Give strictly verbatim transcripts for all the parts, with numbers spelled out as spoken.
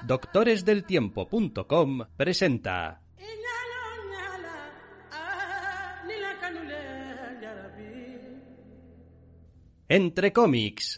doctores del tiempo punto com presenta Entre cómics.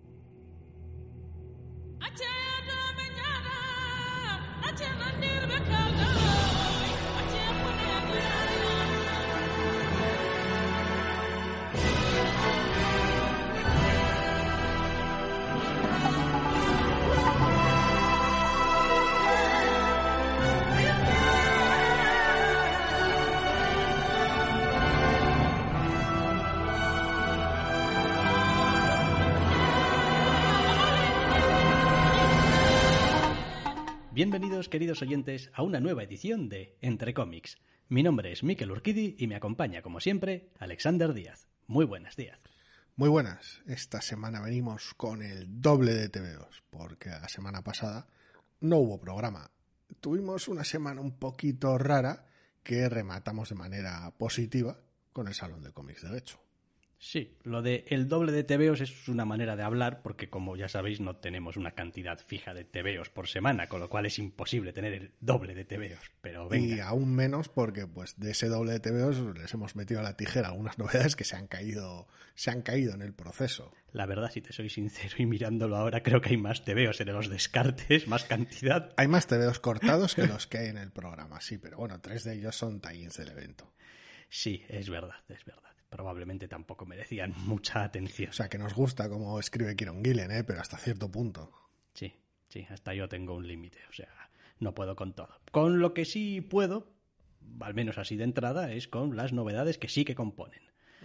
Bienvenidos, queridos oyentes, a una nueva edición de Entre Cómics. Mi nombre es Mikel Urquidi y me acompaña, como siempre, Alexander Díaz. Muy buenas, Díaz. Muy buenas. Esta semana venimos con el doble de tebeos, porque la semana pasada no hubo programa. Tuvimos una semana un poquito rara que rematamos de manera positiva con el Salón de Cómics del Hecho. Sí, lo de el doble de tebeos es una manera de hablar porque, como ya sabéis, no tenemos una cantidad fija de tebeos por semana, con lo cual es imposible tener el doble de tebeos, pero venga. Y aún menos porque pues de ese doble de tebeos les hemos metido a la tijera algunas novedades que se han caído, se han caído en el proceso. La verdad, si te soy sincero y mirándolo ahora, creo que hay más tebeos en los descartes, más cantidad. Hay más tebeos cortados que los que hay en el programa, sí, pero bueno, tres de ellos son tie-ins del evento. Sí, es verdad, es verdad. Probablemente tampoco merecían mucha atención. O sea, que nos gusta como escribe Kieron Gillen, ¿eh? Pero hasta cierto punto. Sí, sí, hasta yo tengo un límite, o sea, no puedo con todo. Con lo que sí puedo, al menos así de entrada, es con las novedades que sí que componen.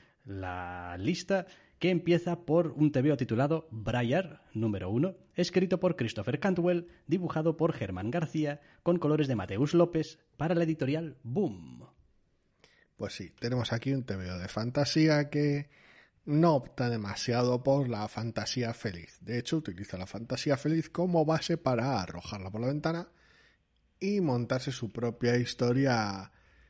La lista que empieza por un tebeo titulado Briar, número uno, escrito por Christopher Cantwell, dibujado por Germán García, con colores de Mateus López, para la editorial Boom. Pues sí, tenemos aquí un tebeo de fantasía que no opta demasiado por la fantasía feliz. De hecho, utiliza la fantasía feliz como base para arrojarla por la ventana y montarse su propia historia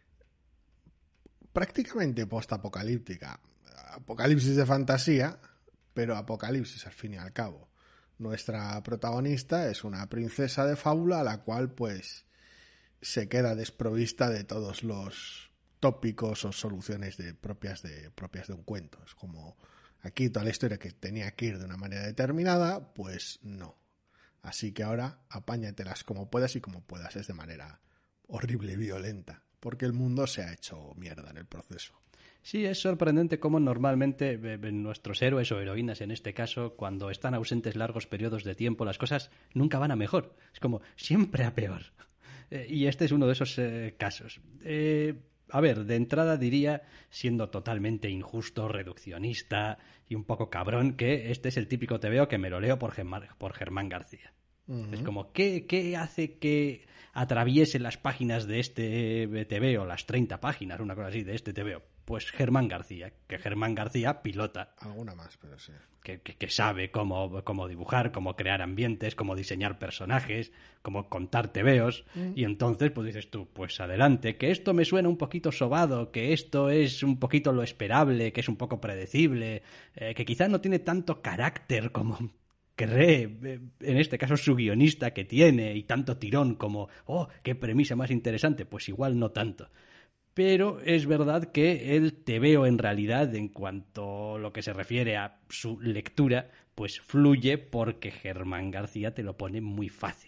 prácticamente post-apocalíptica. Apocalipsis de fantasía, pero apocalipsis al fin y al cabo. Nuestra protagonista es una princesa de fábula a la cual pues se queda desprovista de todos los tópicos o soluciones de propias de propias de un cuento. Es como aquí toda la historia que tenía que ir de una manera determinada, pues no. Así que ahora apáñatelas como puedas y como puedas, es de manera horrible y violenta, porque el mundo se ha hecho mierda en el proceso. Sí, es sorprendente cómo normalmente nuestros héroes o heroínas, en este caso, cuando están ausentes largos periodos de tiempo, las cosas nunca van a mejor. Es como siempre a peor. Eh, y este es uno de esos eh, casos. Eh... A ver, de entrada diría, siendo totalmente injusto, reduccionista y un poco cabrón, que este es el típico tebeo que me lo leo por Germán, por Germán García. Uh-huh. Es como, ¿qué, ¿qué hace que atraviese las páginas de este tebeo, las treinta páginas, una cosa así, de este tebeo? Pues Germán García, que Germán García pilota. Alguna más, pero sí. Que, que, que sabe cómo, cómo dibujar, cómo crear ambientes, cómo diseñar personajes, cómo contar tebeos. Mm. Y entonces, pues dices tú, pues adelante, que esto me suena un poquito sobado, que esto es un poquito lo esperable, que es un poco predecible, eh, que quizás no tiene tanto carácter como cree, en este caso su guionista que tiene, y tanto tirón como, oh, qué premisa más interesante, pues igual no tanto. Pero es verdad que el tebeo en realidad, en cuanto a lo que se refiere a su lectura, pues fluye porque Germán García te lo pone muy fácil.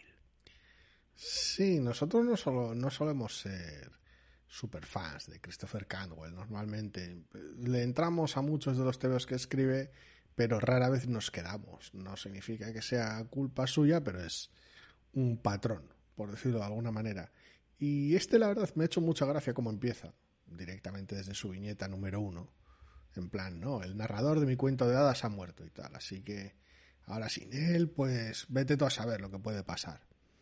Sí, nosotros no, solo, no solemos ser superfans de Christopher Cantwell. Normalmente le entramos a muchos de los tebeos que escribe, pero rara vez nos quedamos. No significa que sea culpa suya, pero es un patrón, por decirlo de alguna manera. Y este, la verdad, me ha hecho mucha gracia cómo empieza, directamente desde su viñeta número uno. En plan, ¿no? El narrador de mi cuento de hadas ha muerto y tal. Así que ahora sin él, pues vete tú a saber lo que puede pasar.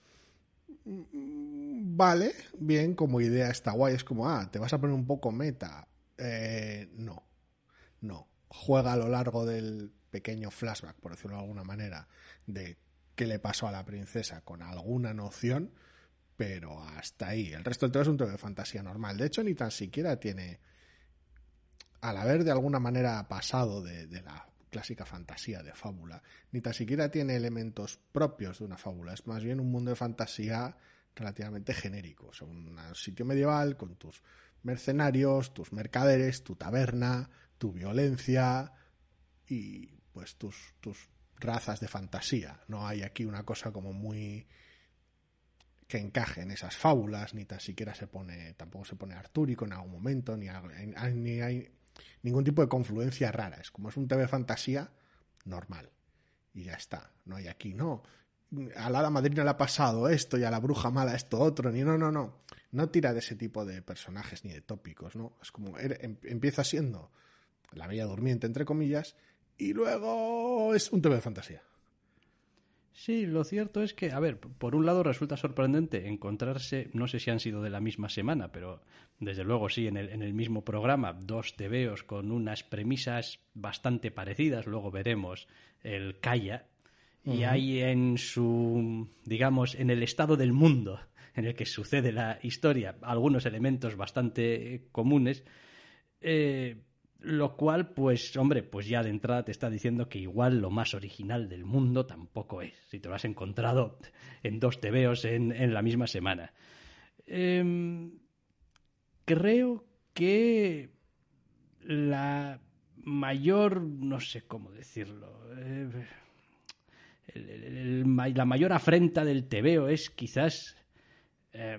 Vale, bien, como idea está guay. Es como, ah, te vas a poner un poco meta. Eh, no, no. Juega a lo largo del pequeño flashback, por decirlo de alguna manera, de qué le pasó a la princesa con alguna noción, pero hasta ahí. El resto del tema es un tema de fantasía normal. De hecho, ni tan siquiera tiene, al haber de alguna manera pasado de, de la clásica fantasía de fábula. Ni tan siquiera tiene elementos propios de una fábula. Es más bien un mundo de fantasía relativamente genérico. O sea, un sitio medieval con tus mercenarios, tus mercaderes, tu taberna, tu violencia y pues tus, tus razas de fantasía. No hay aquí una cosa como muy que encaje en esas fábulas, ni tan siquiera se pone, tampoco se pone artúrico en algún momento, ni hay, ni hay ningún tipo de confluencia rara. Es como es un T V fantasía normal. Y ya está. No hay aquí, no. A la hada madrina le ha pasado esto y a la bruja mala esto otro, ni no, no, no. No tira de ese tipo de personajes ni de tópicos, ¿no? Es como em, empieza siendo la Bella Durmiente, entre comillas, y luego es un T V de fantasía. Sí, lo cierto es que, a ver, por un lado resulta sorprendente encontrarse, no sé si han sido de la misma semana, pero desde luego sí, en el, en el mismo programa, dos tebeos con unas premisas bastante parecidas. Luego veremos el Calla, y uh-huh. hay en su, digamos, en el estado del mundo en el que sucede la historia, algunos elementos bastante comunes, eh, lo cual, pues, hombre, pues ya de entrada te está diciendo que igual lo más original del mundo tampoco es, si te lo has encontrado en dos tebeos en, en la misma semana. Eh, creo que la mayor, no sé cómo decirlo, eh, el, el, el, la mayor afrenta del tebeo es quizás eh,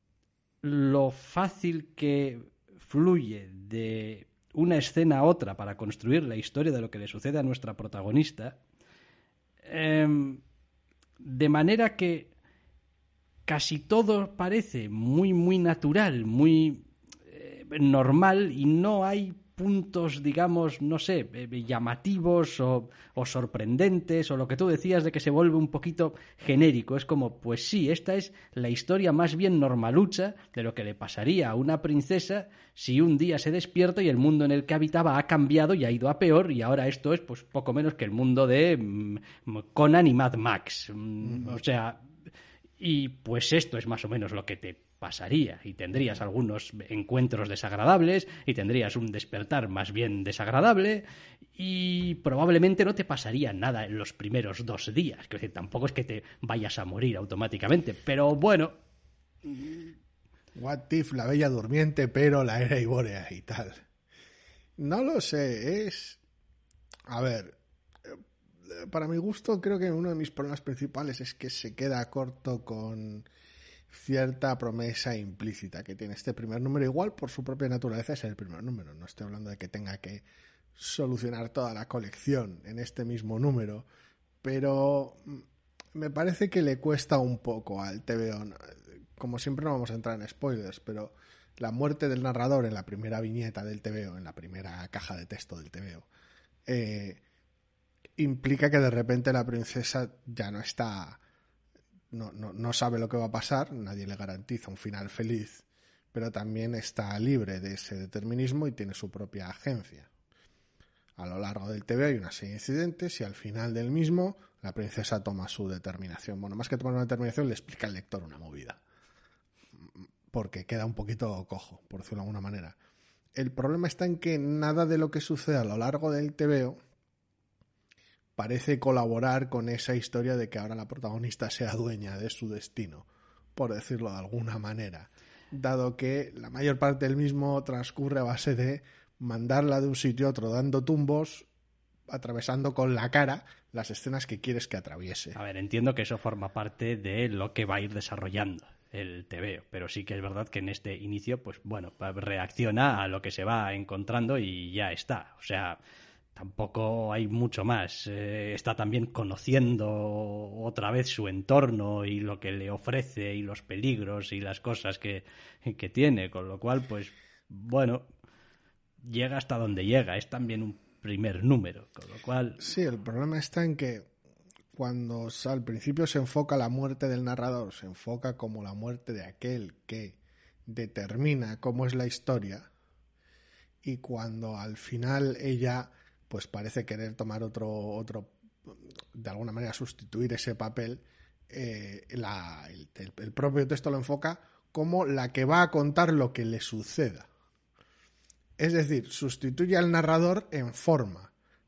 lo fácil que fluye de una escena a otra para construir la historia de lo que le sucede a nuestra protagonista, eh, de manera que casi todo parece muy, muy natural, muy eh, normal, y no hay puntos, digamos, no sé, eh, llamativos o, o sorprendentes, o lo que tú decías de que se vuelve un poquito genérico. Es como, pues sí, esta es la historia más bien normalucha de lo que le pasaría a una princesa si un día se despierta y el mundo en el que habitaba ha cambiado y ha ido a peor, y ahora esto es pues poco menos que el mundo de mm, Conan y Mad Max. Mm, uh-huh. O sea, y pues esto es más o menos lo que te pasaría, y tendrías algunos encuentros desagradables y tendrías un despertar más bien desagradable, y probablemente no te pasaría nada en los primeros dos días. Es decir, tampoco es que te vayas a morir automáticamente, pero bueno. What if la Bella Durmiente, pero la era Ibórea y tal. No lo sé, es... A ver, para mi gusto creo que uno de mis problemas principales es que se queda corto con cierta promesa implícita que tiene este primer número. Igual por su propia naturaleza es el primer número, no estoy hablando de que tenga que solucionar toda la colección en este mismo número, pero me parece que le cuesta un poco al tebeo. Como siempre no vamos a entrar en spoilers, pero la muerte del narrador en la primera viñeta del tebeo, en la primera caja de texto del tebeo, eh, implica que de repente la princesa ya no está... No, no, no sabe lo que va a pasar, nadie le garantiza un final feliz, pero también está libre de ese determinismo y tiene su propia agencia. A lo largo del tebeo hay una serie de incidentes y al final del mismo la princesa toma su determinación. Bueno, más que tomar una determinación, le explica al lector una movida, porque queda un poquito cojo, por decirlo de alguna manera. El problema está en que nada de lo que sucede a lo largo del tebeo parece colaborar con esa historia de que ahora la protagonista sea dueña de su destino, por decirlo de alguna manera, dado que la mayor parte del mismo transcurre a base de mandarla de un sitio a otro dando tumbos, atravesando con la cara las escenas que quieres que atraviese. A ver, entiendo que eso forma parte de lo que va a ir desarrollando el tebeo, pero sí que es verdad que en este inicio, pues bueno, reacciona a lo que se va encontrando y ya está. O sea, tampoco hay mucho más. Eh, está también conociendo otra vez su entorno y lo que le ofrece y los peligros y las cosas que, que tiene, con lo cual, pues, bueno, llega hasta donde llega. Es también un primer número, con lo cual... Sí, el problema está en que cuando al principio se enfoca la muerte del narrador, se enfoca como la muerte de aquel que determina cómo es la historia, y cuando al final ella... pues parece querer tomar otro, otro de alguna manera sustituir ese papel, eh, la, el, el propio texto lo enfoca como la que va a contar lo que le suceda. Es decir, sustituye al narrador en forma,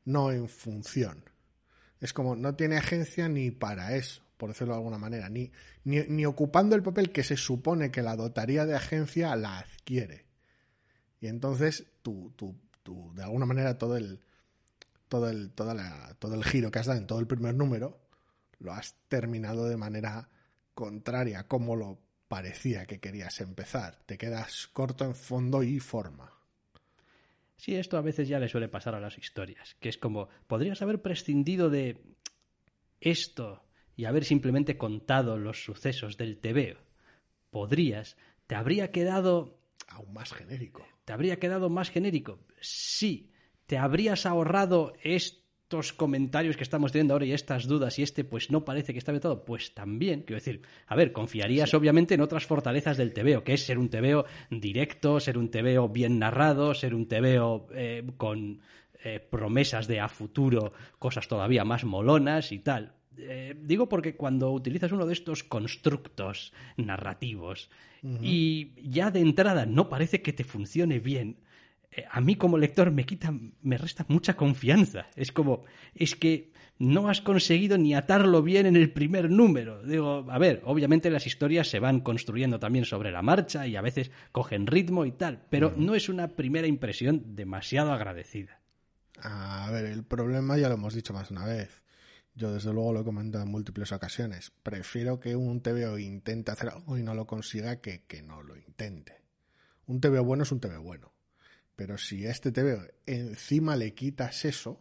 no en función. Es como, no tiene agencia ni para eso, por decirlo de alguna manera, ni, ni, ni ocupando el papel que se supone que la dotaría de agencia la adquiere. Y entonces, tú, tú, tú de alguna manera, todo el, todo, el, toda la, todo el giro que has dado en todo el primer número, lo has terminado de manera contraria a como lo parecía que querías empezar. Te quedas corto en fondo y forma. Sí, esto a veces ya le suele pasar a las historias, que es como, podrías haber prescindido de esto y haber simplemente contado los sucesos del tebeo. Podrías, te habría quedado... Aún más genérico. ¿Te habría quedado más genérico? Sí. ¿Te habrías ahorrado estos comentarios que estamos teniendo ahora y estas dudas y este pues no parece que está vetado? Pues también, quiero decir, a ver, confiarías sí. obviamente en otras fortalezas del tebeo, que es ser un tebeo directo, ser un tebeo bien narrado, ser un tebeo eh, con eh, promesas de a futuro cosas todavía más molonas y tal. Eh, digo porque cuando utilizas uno de estos constructos narrativos uh-huh. y ya de entrada no parece que te funcione bien, eh, a mí como lector me quita, me resta mucha confianza. Es como, es que no has conseguido ni atarlo bien en el primer número. Digo, a ver, obviamente las historias se van construyendo también sobre la marcha y a veces cogen ritmo y tal, pero uh-huh. no es una primera impresión demasiado agradecida. A ver, el problema ya lo hemos dicho más una vez. Yo desde luego lo he comentado en múltiples ocasiones. Prefiero que un tebeo intente hacer algo y no lo consiga que que no lo intente. Un tebeo bueno es un tebeo bueno. Pero si a este tebeo encima le quitas eso,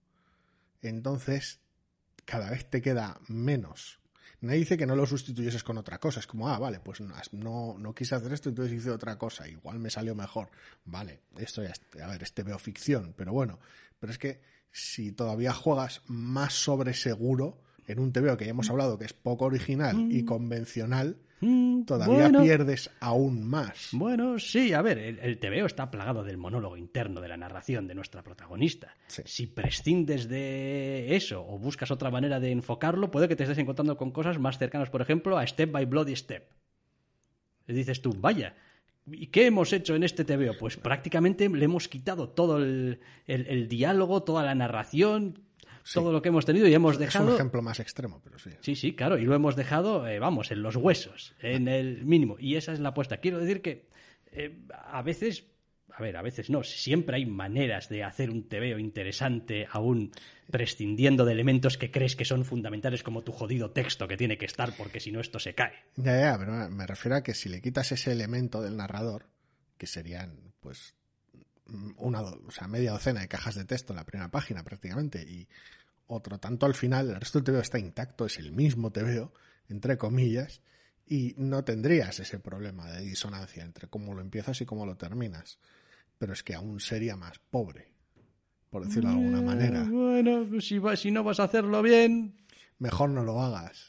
entonces cada vez te queda menos. Nadie dice que no lo sustituyeses con otra cosa. Es como, ah, vale, pues no, no, no quise hacer esto, entonces hice otra cosa. Igual me salió mejor. Vale, esto ya es, a ver, es tebeo ficción, pero bueno. Pero es que si todavía juegas más sobre seguro en un tebeo que ya hemos hablado que es poco original mm. y convencional, mm, todavía bueno, pierdes aún más. Bueno, sí, a ver, el, el tebeo está plagado del monólogo interno de la narración de nuestra protagonista. Sí. Si prescindes de eso o buscas otra manera de enfocarlo, puede que te estés encontrando con cosas más cercanas, por ejemplo, a Step by Bloody Step. Y dices tú, vaya... ¿Y qué hemos hecho en este tebeo? Pues prácticamente le hemos quitado todo el, el, el diálogo, toda la narración, sí. todo lo que hemos tenido y hemos es dejado... Es un ejemplo más extremo, pero sí. Sí, sí, claro, y lo hemos dejado, eh, vamos, en los huesos, en el mínimo. Y esa es la apuesta. Quiero decir que eh, a veces... A ver, a veces no, siempre hay maneras de hacer un tebeo interesante aún prescindiendo de elementos que crees que son fundamentales como tu jodido texto que tiene que estar porque si no esto se cae. Ya, ya, pero me refiero a que si le quitas ese elemento del narrador, que serían pues una, o sea, media docena de cajas de texto en la primera página prácticamente y otro tanto al final, el resto del tebeo está intacto, es el mismo tebeo, entre comillas, y no tendrías ese problema de disonancia entre cómo lo empiezas y cómo lo terminas. Pero es que aún sería más pobre, por decirlo de alguna manera. Bueno, pues si, va, si no vas a hacerlo bien... Mejor no lo hagas.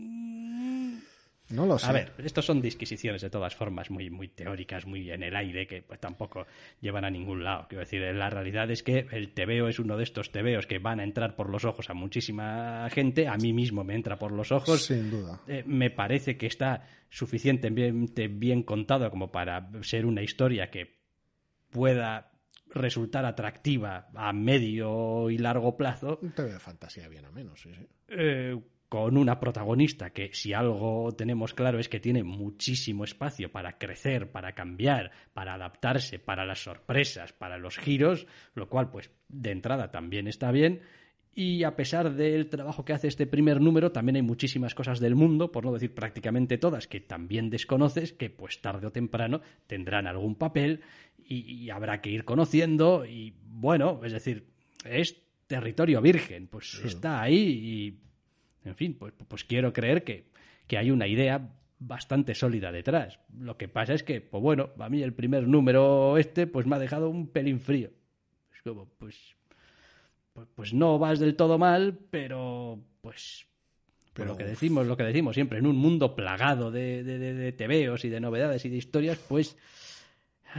No lo sé. A ver, estos son disquisiciones de todas formas muy, muy teóricas, muy en el aire, que pues tampoco llevan a ningún lado. Quiero decir, la realidad es que el tebeo es uno de estos tebeos que van a entrar por los ojos a muchísima gente. A mí mismo me entra por los ojos. Sin duda. Eh, me parece que está suficientemente bien contado como para ser una historia que pueda resultar atractiva a medio y largo plazo. Un tebeo de fantasía bien a menos, sí, sí. Eh, con una protagonista que, si algo tenemos claro, es que tiene muchísimo espacio para crecer, para cambiar, para adaptarse, para las sorpresas, para los giros, lo cual, pues, de entrada también está bien. Y a pesar del trabajo que hace este primer número, también hay muchísimas cosas del mundo, por no decir prácticamente todas, que también desconoces, que pues tarde o temprano tendrán algún papel y, y habrá que ir conociendo. Y bueno, es decir, es territorio virgen, pues sí. Está ahí y, en fin, pues, pues quiero creer que, que hay una idea bastante sólida detrás. Lo que pasa es que, pues bueno, a mí el primer número este pues me ha dejado un pelín frío. Es como, pues... Pues, pues no vas del todo mal, pero pues, pero lo que decimos, lo que decimos siempre, en un mundo plagado de, de, de, de tebeos y de novedades y de historias, pues ay,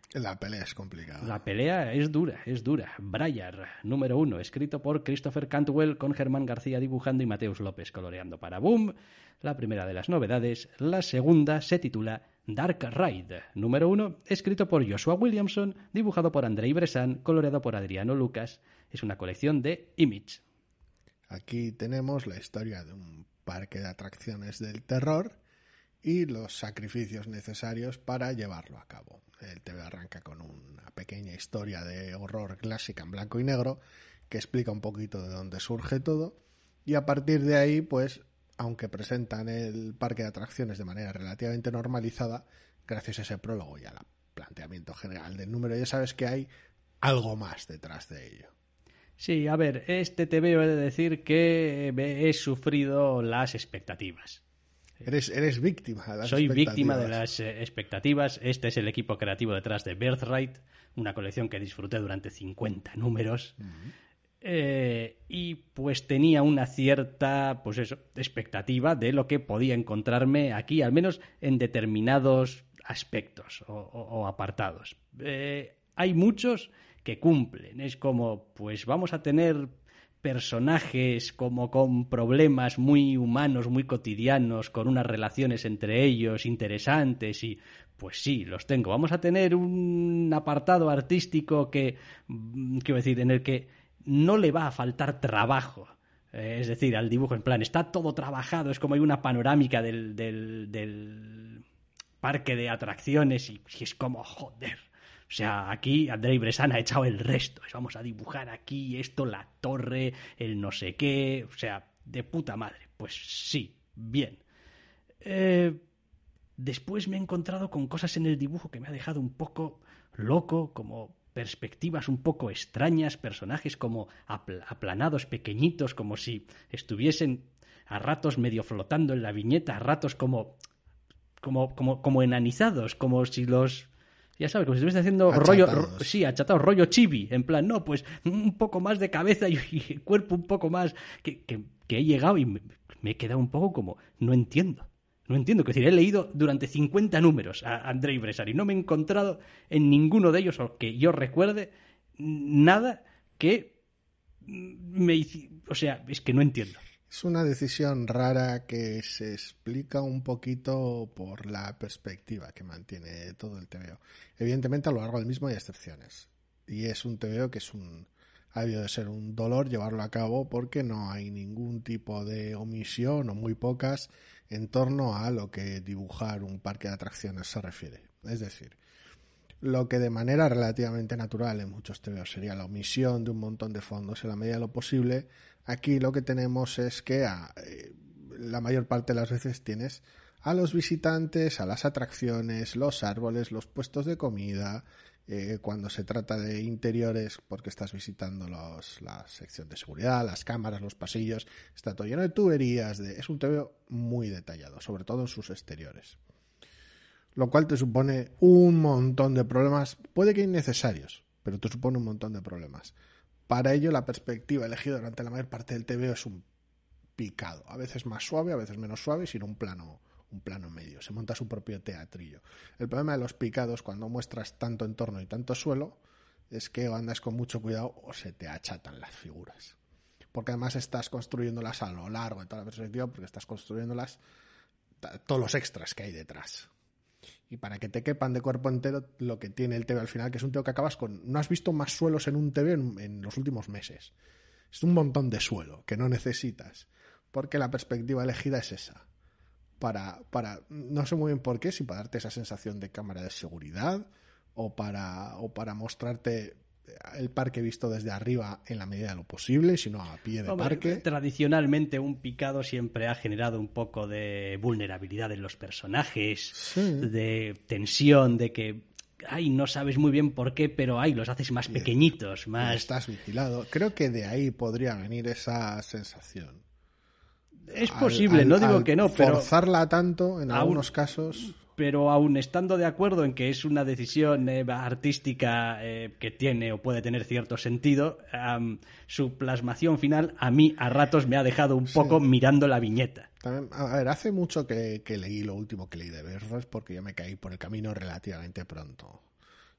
La pelea es complicada. La pelea es dura, es dura. Briar, número uno, escrito por Christopher Cantwell, con Germán García dibujando y Mateus López coloreando para Boom. La primera de las novedades. La segunda se titula Dark Ride, número uno, escrito por Joshua Williamson, dibujado por Andrei Bressan, coloreado por Adriano Lucas. Es una colección de Image. Aquí tenemos la historia de un parque de atracciones del terror y los sacrificios necesarios para llevarlo a cabo. El T V arranca con una pequeña historia de horror clásica en blanco y negro que explica un poquito de dónde surge todo, y a partir de ahí, pues, aunque presentan el parque de atracciones de manera relativamente normalizada, gracias a ese prólogo y al planteamiento general del número, ya sabes que hay algo más detrás de ello. Sí, a ver, este T V he de decir que he sufrido las expectativas. Eres, eres víctima de las Soy expectativas. víctima de las eh, expectativas. Este es el equipo creativo detrás de Birthright, una colección que disfruté durante cincuenta números. Uh-huh. Eh, y pues tenía una cierta, pues eso, expectativa de lo que podía encontrarme aquí, al menos en determinados aspectos o, o, o apartados. Eh, hay muchos que cumplen. Es como, pues vamos a tener personajes como con problemas muy humanos, muy cotidianos, con unas relaciones entre ellos interesantes, y pues sí, los tengo. Vamos a tener un apartado artístico que, quiero decir, en el que no le va a faltar trabajo. Eh, es decir, al dibujo, en plan, está todo trabajado, es como hay una panorámica del, del, del parque de atracciones y, y es como, joder. O sea, aquí Andrei Bressan ha echado el resto. Vamos a dibujar aquí esto, la torre, el no sé qué. O sea, de puta madre. Pues sí, bien. Eh, después me he encontrado con cosas en el dibujo que me ha dejado un poco loco, como perspectivas un poco extrañas, personajes como apl- aplanados, pequeñitos, como si estuviesen a ratos medio flotando en la viñeta, a ratos como, como, como, como enanizados, como si los... Ya sabes, como si estuviese haciendo rollo, ro, sí, achatado, rollo chibi, en plan, no, pues un poco más de cabeza y, y el cuerpo un poco más, que, que, que he llegado y me, me he quedado un poco como, no entiendo, no entiendo, es decir, he leído durante cincuenta números a Andrei Bressan y no me he encontrado en ninguno de ellos, o que yo recuerde, nada que me, o sea, es que no entiendo. Es una decisión rara que se explica un poquito por la perspectiva que mantiene todo el T V O. Evidentemente, a lo largo del mismo hay excepciones. Y es un T V O que es un, ha debido de ser un dolor llevarlo a cabo porque no hay ningún tipo de omisión o muy pocas en torno a lo que dibujar un parque de atracciones se refiere. Es decir, lo que de manera relativamente natural en muchos T V O sería la omisión de un montón de fondos en la medida de lo posible, aquí lo que tenemos es que a, eh, la mayor parte de las veces tienes a los visitantes, a las atracciones, los árboles, los puestos de comida, eh, cuando se trata de interiores porque estás visitando los, la sección de seguridad, las cámaras, los pasillos, está todo lleno de tuberías, de, es un T V O muy detallado, sobre todo en sus exteriores. Lo cual te supone un montón de problemas, puede que innecesarios, pero te supone un montón de problemas. Para ello, la perspectiva elegida durante la mayor parte del T V O es un picado, a veces más suave, a veces menos suave, sino un plano, un plano medio. Se monta su propio teatrillo. El problema de los picados, cuando muestras tanto entorno y tanto suelo, es que andas con mucho cuidado o se te achatan las figuras. Porque además estás construyéndolas a lo largo de toda la perspectiva, porque estás construyéndolas todos los extras que hay detrás. Y para que te quepan de cuerpo entero lo que tiene el T V al final, que es un T V que acabas con... No has visto más suelos en un T V en, en los últimos meses. Es un montón de suelo que no necesitas, porque la perspectiva elegida es esa. Para, para no sé muy bien por qué, si para darte esa sensación de cámara de seguridad o para, o para mostrarte el parque visto desde arriba en la medida de lo posible, sino a pie de Hombre, parque. Tradicionalmente un picado siempre ha generado un poco de vulnerabilidad en los personajes, sí. de tensión, de que ay, no sabes muy bien por qué, pero ay, los haces más pequeñitos, más... Estás vigilado. Creo que de ahí podría venir esa sensación. Es posible, al, no digo al que no, pero... forzarla tanto en aún, algunos casos... Pero aún estando de acuerdo en que es una decisión eh, artística eh, que tiene o puede tener cierto sentido, um, su plasmación final a mí a ratos me ha dejado un poco sí. mirando la viñeta. También, a ver, hace mucho que, que leí lo último que leí de Birthright porque yo me caí por el camino relativamente pronto.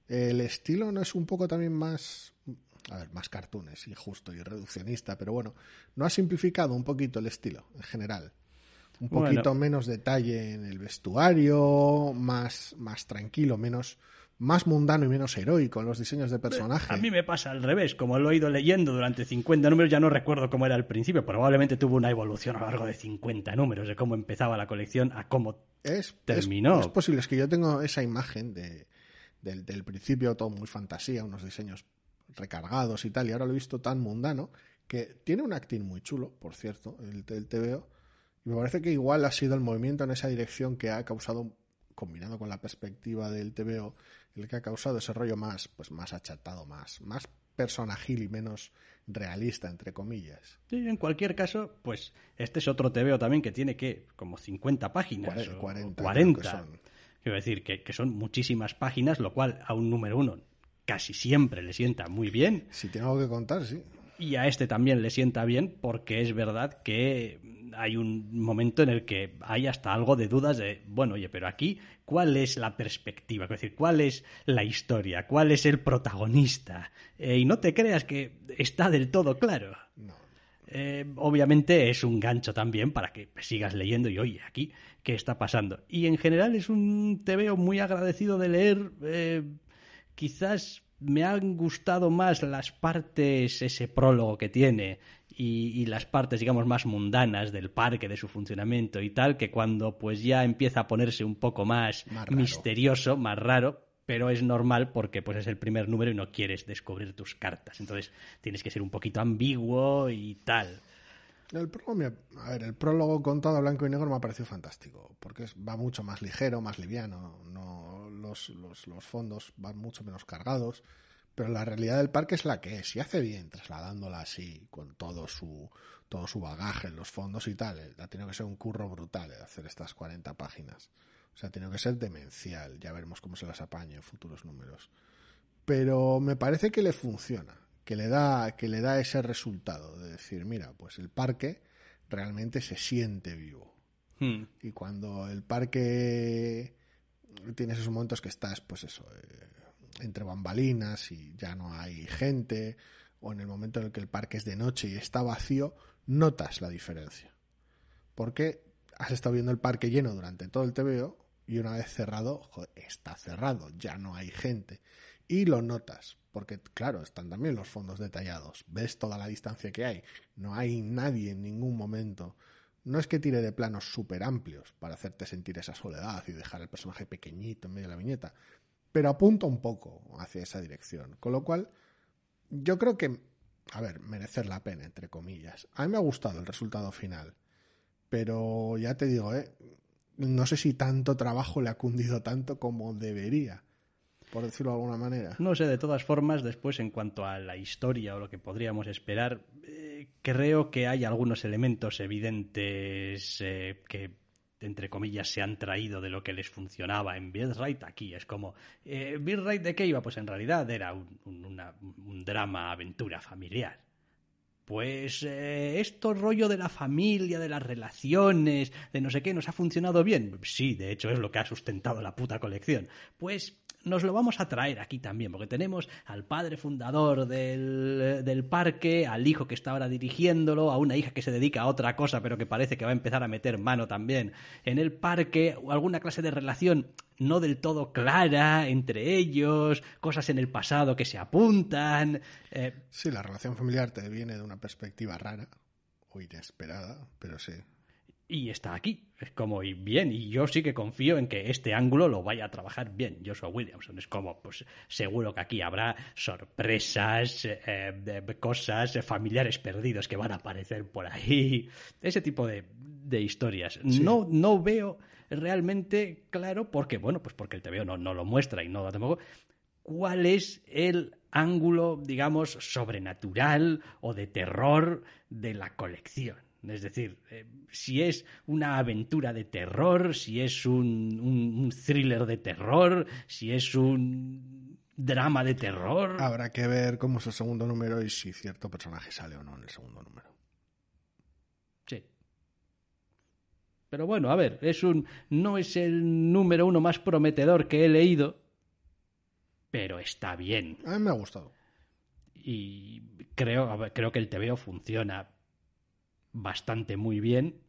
El estilo no es un poco también más, a ver, más cartoons, injusto y reduccionista, pero bueno, no ha simplificado un poquito el estilo en general. Un poquito bueno. menos detalle en el vestuario, más, más tranquilo, menos, más mundano y menos heroico en los diseños de personaje. A mí me pasa al revés, como lo he ido leyendo durante cincuenta números, ya no recuerdo cómo era al principio, probablemente tuvo una evolución a lo largo de cincuenta números, de cómo empezaba la colección a cómo es, terminó. Es, es posible, es que yo tengo esa imagen de, del, del principio, todo muy fantasía, unos diseños recargados y tal, y ahora lo he visto tan mundano, que tiene un acting muy chulo, por cierto, el, el T V O. Me parece que igual ha sido el movimiento en esa dirección que ha causado, combinado con la perspectiva del T V O, el que ha causado ese rollo más, pues más achatado, más, más personajil y menos realista, entre comillas. Sí, en cualquier caso, pues este es otro T V O también que tiene que como cincuenta páginas cuarenta, o cuarenta. Quiero decir que, que son muchísimas páginas, lo cual a un número uno casi siempre le sienta muy bien. Si tengo algo que contar, sí. Y a este también le sienta bien porque es verdad que hay un momento en el que hay hasta algo de dudas de, bueno, oye, pero aquí, ¿cuál es la perspectiva? Es decir, ¿cuál es la historia? ¿Cuál es el protagonista? Eh, y no te creas que está del todo claro. No. Eh, obviamente es un gancho también para que sigas leyendo y, oye, aquí, ¿qué está pasando? Y en general es un T V O muy agradecido de leer, eh, quizás... Me han gustado más las partes, ese prólogo que tiene y, y las partes, digamos, más mundanas del parque, de su funcionamiento y tal, que cuando pues ya empieza a ponerse un poco más, más misterioso, más raro, pero es normal porque pues es el primer número y no quieres descubrir tus cartas. Entonces tienes que ser un poquito ambiguo y tal. El prólogo, a ver, el prólogo contado a blanco y negro me ha parecido fantástico, porque es, va mucho más ligero, más liviano, no, los, los, los fondos van mucho menos cargados, pero la realidad del parque es la que es, y hace bien trasladándola así, con todo su, todo su bagaje en los fondos y tal. Ha tenido que ser un curro brutal el hacer estas cuarenta páginas, o sea, ha tenido que ser demencial, ya veremos cómo se las apaña en futuros números, pero me parece que le funciona. Que le da, que le da ese resultado de decir, mira, pues el parque realmente se siente vivo. Hmm. Y cuando el parque tienes esos momentos que estás, pues eso, eh, entre bambalinas y ya no hay gente, o en el momento en el que el parque es de noche y está vacío, notas la diferencia. Porque has estado viendo el parque lleno durante todo el T V O y una vez cerrado, joder, está cerrado, ya no hay gente. Y lo notas, porque claro, están también los fondos detallados, ves toda la distancia que hay, no hay nadie en ningún momento. No es que tire de planos súper amplios para hacerte sentir esa soledad y dejar al personaje pequeñito en medio de la viñeta, pero apunta un poco hacia esa dirección, con lo cual yo creo que, a ver, merecer la pena, entre comillas. A mí me ha gustado el resultado final, pero ya te digo, eh, no sé si tanto trabajo le ha cundido tanto como debería, por decirlo de alguna manera. No sé, de todas formas, después en cuanto a la historia o lo que podríamos esperar, eh, creo que hay algunos elementos evidentes eh, que, entre comillas, se han traído de lo que les funcionaba en Birthright aquí. Es como, eh, ¿Birthright de qué iba? Pues en realidad era un, un, una, un drama, aventura familiar. Pues eh, esto rollo de la familia, de las relaciones, de no sé qué, ¿nos ha funcionado bien? Sí, de hecho es lo que ha sustentado la puta colección. Pues nos lo vamos a traer aquí también, porque tenemos al padre fundador del, del parque, al hijo que está ahora dirigiéndolo, a una hija que se dedica a otra cosa, pero que parece que va a empezar a meter mano también en el parque, o alguna clase de relación no del todo clara entre ellos, cosas en el pasado que se apuntan. Eh... Sí, la relación familiar te viene de una perspectiva rara o inesperada, pero sí. Y está aquí, es como, y bien, y yo sí que confío en que este ángulo lo vaya a trabajar bien Joshua Williamson. Es como, pues seguro que aquí habrá sorpresas, eh, de cosas, eh, familiares perdidos que van a aparecer por ahí, ese tipo de, de historias. Sí. No, no veo realmente claro, porque, bueno, pues porque el T V O no, no lo muestra y no lo tampoco, cuál es el ángulo, digamos, sobrenatural o de terror de la colección. Es decir, eh, si es una aventura de terror, si es un, un, un thriller de terror, si es un drama de terror. Habrá que ver cómo es el segundo número y si cierto personaje sale o no en el segundo número. Sí. Pero bueno, a ver, es un no es el número uno más prometedor que he leído, pero está bien. A mí me ha gustado. Y creo, a ver, creo que el tebeo funciona bastante muy bien.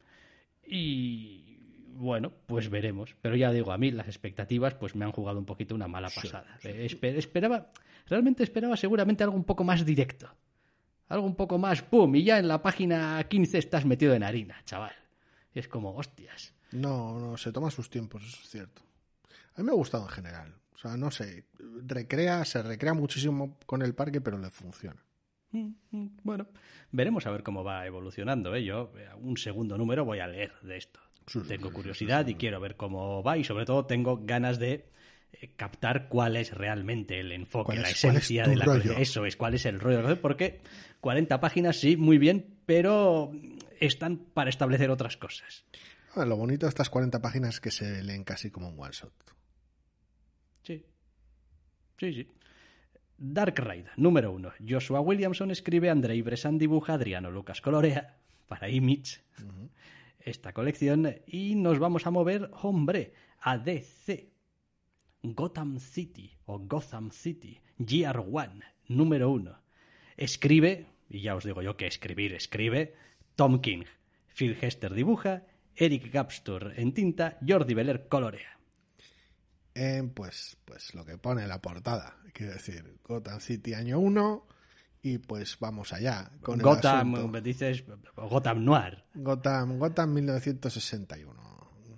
Y bueno, pues veremos. Pero ya digo, a mí las expectativas pues me han jugado un poquito una mala pasada. Sí, sí, sí. Esper- esperaba, realmente esperaba seguramente algo un poco más directo. Algo un poco más, ¡pum! Y ya en la página quince estás metido en harina, chaval. Y es como, hostias. No, no, se toma sus tiempos, eso es cierto. A mí me ha gustado en general. O sea, no sé, recrea, se recrea muchísimo con el parque, pero le funciona. Bueno, veremos a ver cómo va evolucionando, ¿eh? Yo un segundo número voy a leer de esto. Sí, tengo sí, curiosidad sí, sí, sí. y quiero ver cómo va y sobre todo tengo ganas de eh, captar cuál es realmente el enfoque, la es, esencia de la rollo? Eso es, cuál es el rollo. Porque cuarenta páginas sí, muy bien, pero están para establecer otras cosas. Ah, lo bonito de estas cuarenta páginas es que se leen casi como un one shot. Sí, sí, sí. Dark Ride, número uno. Joshua Williamson escribe, Andrei Bressan dibuja, Adriano Lucas colorea para Image uh-huh. esta colección y nos vamos a mover, hombre, a D C. Gotham City o Gotham City, Year One, número uno. Escribe, y ya os digo yo que escribir escribe, Tom King. Phil Hester dibuja, Eric Gapstur en tinta, Jordi Beller colorea. Eh, pues, pues lo que pone la portada, quiero decir, Gotham City año uno y pues vamos allá con Gotham, el asunto. Dices Gotham Noir. Gotham, Gotham mil novecientos sesenta y uno.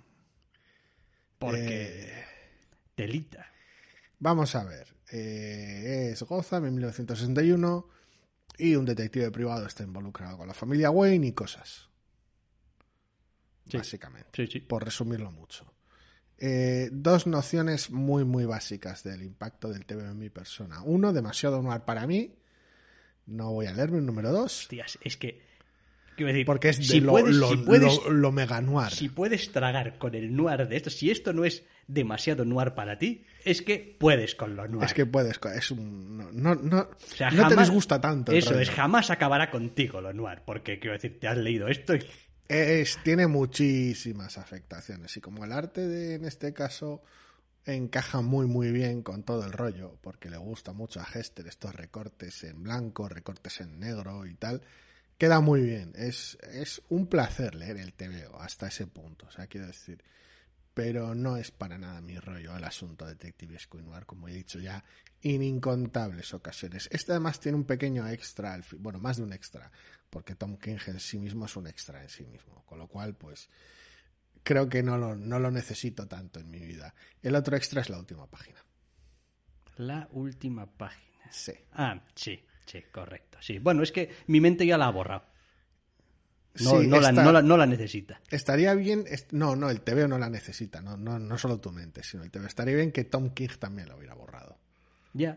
Porque eh, telita. Vamos a ver, eh, es Gotham en mil novecientos sesenta y uno y un detective privado está involucrado con la familia Wayne y cosas. Sí. Básicamente, sí, sí. por resumirlo mucho. Eh, dos nociones muy muy básicas del impacto del T V O en mi persona. Uno, demasiado noir para mí. No voy a leerme el número dos. Hostias, es que... Quiero decir, porque es de si lo, puedes, lo, si puedes, lo, lo mega noir. Si puedes tragar con el noir de esto, si esto no es demasiado noir para ti, es que puedes con lo noir. Es que puedes, es un... No, no, no, o sea, no jamás, te disgusta tanto. Eso es, jamás acabará contigo lo noir, porque quiero decir, te has leído esto y... Es, tiene muchísimas afectaciones y como el arte de, en este caso encaja muy muy bien con todo el rollo porque le gusta mucho a Hester estos recortes en blanco, recortes en negro y tal, queda muy bien. Es, es un placer leer el T V O hasta ese punto, o sea, quiero decir, pero no es para nada mi rollo el asunto detectivesco y noir, como he dicho ya en incontables ocasiones. Este además tiene un pequeño extra, al fin, bueno, más de un extra, porque Tom King en sí mismo es un extra en sí mismo, con lo cual pues creo que no lo, no lo necesito tanto en mi vida. El otro extra es la última página. La última página. Sí. Ah, sí, sí, correcto. Sí. Bueno, es que mi mente ya la ha borrado. No, sí, no, esta, la, no, la, no la necesita. Estaría bien... No, no, el T V O no la necesita. No, no, no solo tu mente, sino el T V O. Estaría bien que Tom King también lo hubiera borrado. Ya.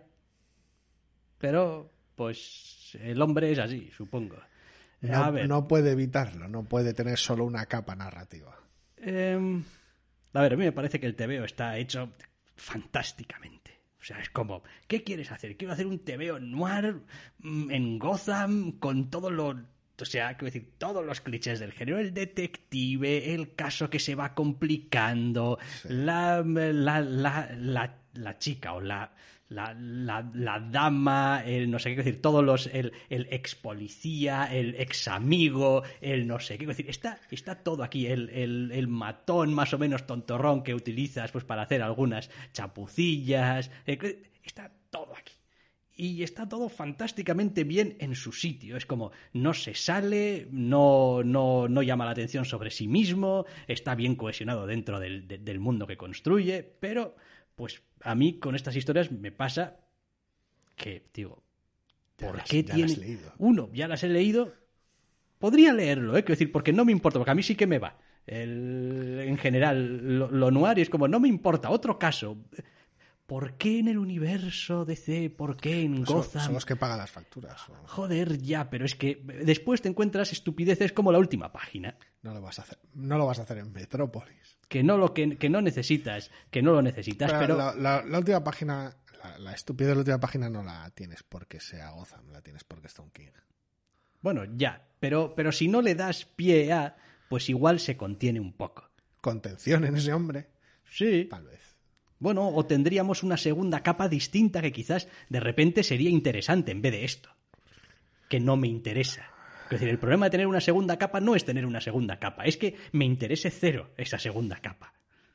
Pero, pues, el hombre es así, supongo. No, a ver. no puede evitarlo. No puede tener solo una capa narrativa. Eh, a ver, a mí me parece que el T V O está hecho fantásticamente. O sea, es como, ¿qué quieres hacer? Quiero hacer un T V O noir en Gotham con todo lo... O sea, quiero decir, todos los clichés del género, el detective, el caso que se va complicando, sí. la, la, la, la, la chica o la, la, la, la dama, el no sé qué, quiero decir, todos los, el, el ex policía, el ex amigo, el no sé qué, quiero decir, está, está todo aquí, el, el, el matón más o menos tontorrón que utilizas pues para hacer algunas chapucillas, está todo aquí. Y está todo fantásticamente bien en su sitio. Es como, no se sale, no, no, no llama la atención sobre sí mismo, está bien cohesionado dentro del, de, del mundo que construye, pero pues a mí con estas historias me pasa que, digo, ¿por las, qué ya tiene... Las has leído. Uno, ya las he leído, podría leerlo, ¿eh? Quiero decir, porque no me importa, porque a mí sí que me va. El, en general, lo, lo noir es como, no me importa, otro caso... ¿Por qué en el universo D C? ¿Por qué en pues Gotham? Son, son los que pagan las facturas. ¿O? Joder, ya, pero es que después te encuentras estupideces como la última página. No lo vas a hacer, no lo vas a hacer en Metrópolis. Que no lo que, que no necesitas, que no lo necesitas, pero... pero... La, la, la última página, la, la estupidez de la última página no la tienes porque sea Gotham, la tienes porque está un King. Bueno, ya, pero, pero si no le das pie a, pues igual se contiene un poco. Contención en ese hombre. Sí. Tal vez. Bueno, o tendríamos una segunda capa distinta que quizás de repente sería interesante en vez de esto, que no me interesa. Es decir, el problema de tener una segunda capa no es tener una segunda capa, es que me interese cero esa segunda capa.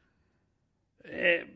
Eh...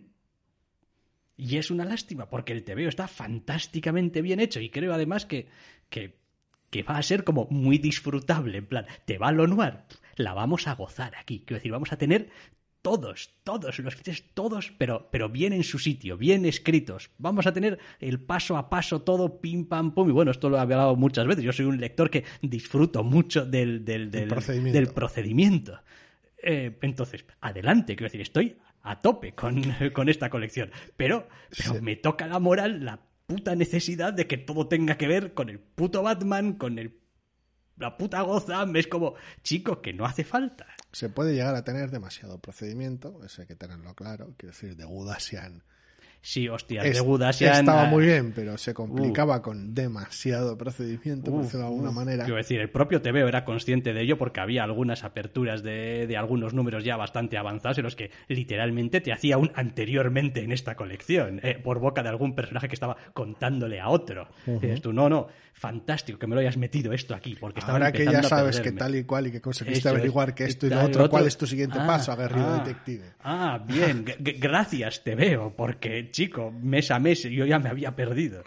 Y es una lástima, porque el tebeo está fantásticamente bien hecho y creo además que, que, que va a ser como muy disfrutable. En plan, te va lo noir, la vamos a gozar aquí. Quiero decir, vamos a tener todos, todos los clichés, todos, pero, pero bien en su sitio, bien escritos. Vamos a tener el paso a paso, todo pim, pam, pum. Y bueno, esto lo he hablado muchas veces. Yo soy un lector que disfruto mucho del, del, del, procedimiento. del procedimiento. Eh, entonces, adelante, quiero decir, estoy a tope con, con esta colección, pero, pero sí. me toca la moral, la puta necesidad de que todo tenga que ver con el puto Batman, con el, la puta Gotham. Es como, chico, que no hace falta. Se puede llegar a tener demasiado procedimiento, eso hay que tenerlo claro. Quiero decir, The Good Asian Sí, hostia, es, The Good Asian estaba uh, muy bien, pero se complicaba uh, con demasiado procedimiento, uh, por decirlo de alguna uh, manera. Quiero decir, el propio tebeo era consciente de ello porque había algunas aperturas de, de algunos números ya bastante avanzados en los que literalmente te hacía un anteriormente en esta colección, eh, por boca de algún personaje que estaba contándole a otro. Uh-huh. Y dices tú, no, no, fantástico que me lo hayas metido esto aquí, porque estaba Ahora que ya sabes que perderme. tal y cual y que conseguiste Eso averiguar es, que esto y lo otro, otro, ¿cuál es tu siguiente ah, paso, aguerrido ah, detective? Ah, bien, G- gracias, te veo, porque, chico, mes a mes yo ya me había perdido.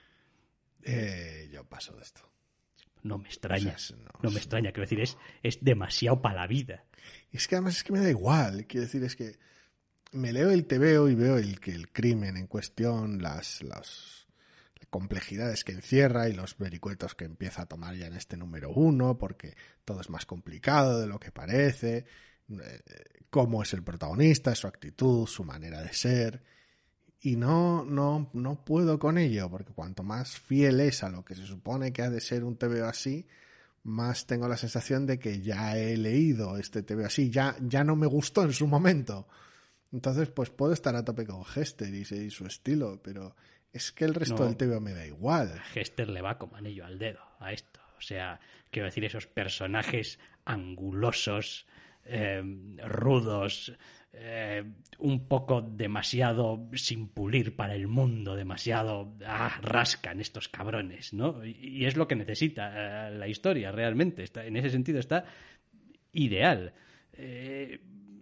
Eh, yo paso de esto. No me extraña, o sea, no, no me sí. extraña, quiero decir, es, es demasiado para la vida. Y es que además es que me da igual, quiero decir, es que me leo el tebeo y veo el, que el crimen en cuestión, las, las complejidades que encierra y los vericuetos que empieza a tomar ya en este número uno, porque todo es más complicado de lo que parece, eh, cómo es el protagonista, su actitud, su manera de ser. Y no, no, no puedo con ello, porque cuanto más fiel es a lo que se supone que ha de ser un tebeo así, más tengo la sensación de que ya he leído este tebeo así, ya, ya no me gustó en su momento. Entonces, pues puedo estar a tope con Hester y, y su estilo, pero es que el resto no, del tebeo me da igual. Hester le va como anillo al dedo a esto. O sea, quiero decir, esos personajes angulosos, eh, rudos, Eh, un poco demasiado sin pulir para el mundo, demasiado ah, rascan estos cabrones, ¿no? Y, y es lo que necesita eh, la historia realmente. Está, en ese sentido está ideal. Eh,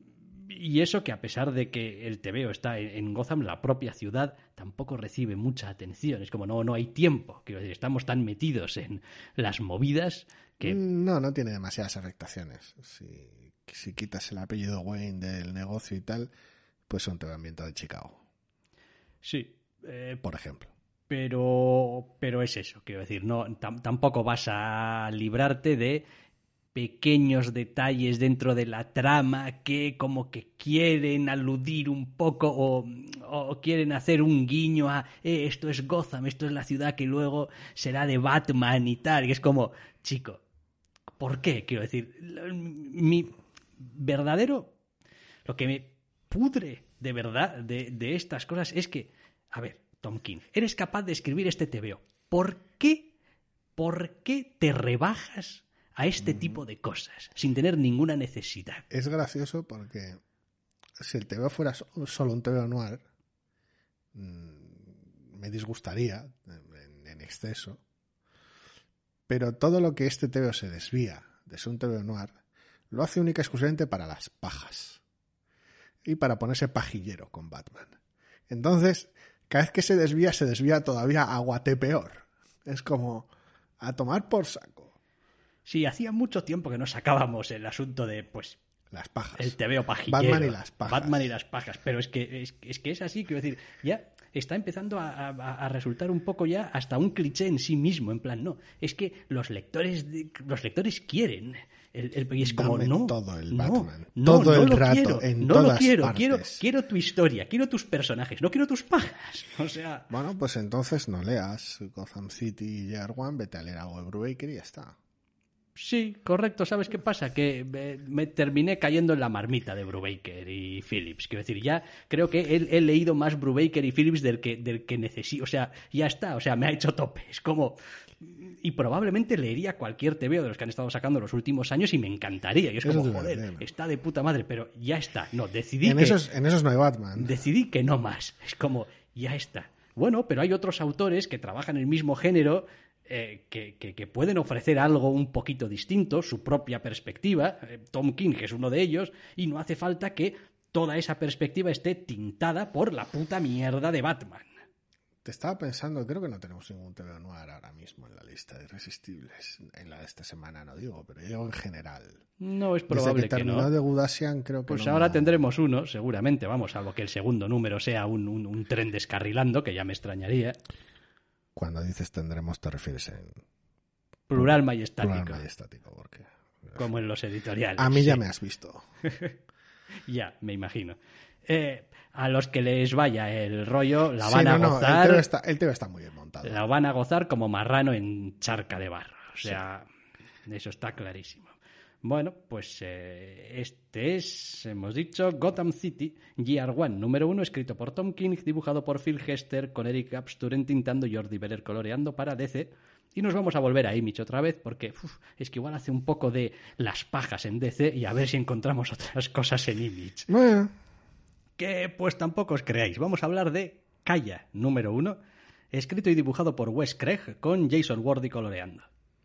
y eso que a pesar de que el tebeo está en, en Gotham, la propia ciudad tampoco recibe mucha atención. Es como, no, no hay tiempo. Quiero decir, estamos tan metidos en las movidas que... No, no tiene demasiadas afectaciones. Sí. Si quitas el apellido Wayne del negocio y tal, pues son todo ambiente de Chicago. Sí. Eh, por ejemplo. Pero, pero es eso, quiero decir, no, tam, tampoco vas a librarte de pequeños detalles dentro de la trama que como que quieren aludir un poco o, o quieren hacer un guiño a eh, esto es Gotham, esto es la ciudad que luego será de Batman y tal, y es como, chico, ¿por qué? Quiero decir, mi verdadero, lo que me pudre de verdad de, de estas cosas es que, a ver, Tom King, eres capaz de escribir este tebeo. ¿Por qué, por qué te rebajas a este mm. tipo de cosas sin tener ninguna necesidad? Es gracioso porque si el tebeo fuera solo un tebeo noir, me disgustaría en, en exceso. Pero todo lo que este tebeo se desvía de ser un tebeo noir lo hace única y exclusivamente para las pajas y para ponerse pajillero con Batman. Entonces, cada vez que se desvía, se desvía todavía a guate peor. Es como a tomar por saco. Sí, hacía mucho tiempo que no sacábamos el asunto de, pues, las pajas. El tebeo pajillero. Batman y las pajas. Batman y las pajas. Pero es que es, es que es así, quiero decir, ya está empezando a, a, a resultar un poco ya hasta un cliché en sí mismo. En plan, no, es que los lectores los lectores quieren. El, el, y es como, Dame no, todo el no, Batman. No, todo no el lo rato, quiero, en no todas lo quiero, partes. quiero, quiero tu historia, quiero tus personajes, no quiero tus pajas. O sea... Bueno, pues entonces no leas Gotham City y Year One, vete a leer algo de Brubaker y ya está. Sí, correcto. ¿Sabes qué pasa? Que eh, me terminé cayendo en la marmita de Brubaker y Phillips. Quiero decir, ya creo que he, he leído más Brubaker y Phillips del que, del que necesito. O sea, ya está. O sea, me ha hecho tope. Es como... Y probablemente leería cualquier T V O de los que han estado sacando los últimos años y me encantaría. Y es como, joder, está de puta madre. Pero ya está. No, decidí en que... Esos, en esos no hay Batman. Decidí que no más. Es como, ya está. Bueno, pero hay otros autores que trabajan en el mismo género... Eh, que, que, que pueden ofrecer algo un poquito distinto, su propia perspectiva. eh, Tom King, que es uno de ellos, y no hace falta que toda esa perspectiva esté tintada por la puta mierda de Batman. Te estaba pensando, creo que no tenemos ningún T V O noir ahora mismo en la lista de irresistibles. En la de esta semana no digo, pero digo en general. No es probable Desde que terminó que no. de Gudasian, creo que Pues no. ahora tendremos uno, seguramente, vamos, salvo que el segundo número sea un, un, un tren descarrilando, que ya me extrañaría. Cuando dices tendremos, te refieres en... Plural majestático. Plural majestático, porque... Como en los editoriales. A mí ya sí. me has visto. Ya, me imagino. Eh, a los que les vaya el rollo, la Sí, van no, a no, gozar. el T V está, el T V está muy bien montado. La van a gozar como marrano en charca de barro. O sea, sí. Eso está clarísimo. Bueno, pues eh, este es, hemos dicho, Gotham City, Year One, número uno, escrito por Tom King, dibujado por Phil Hester, con Eric Apstur entintando y Jordi Beller coloreando para D C. Y nos vamos a volver a Image otra vez, porque uf, es que igual hace un poco de las pajas en D C y a ver si encontramos otras cosas en Image. Bueno. Que pues tampoco os creáis. Vamos a hablar de Kaya, número uno, escrito y dibujado por Wes Craig, con Jason Wardy coloreando.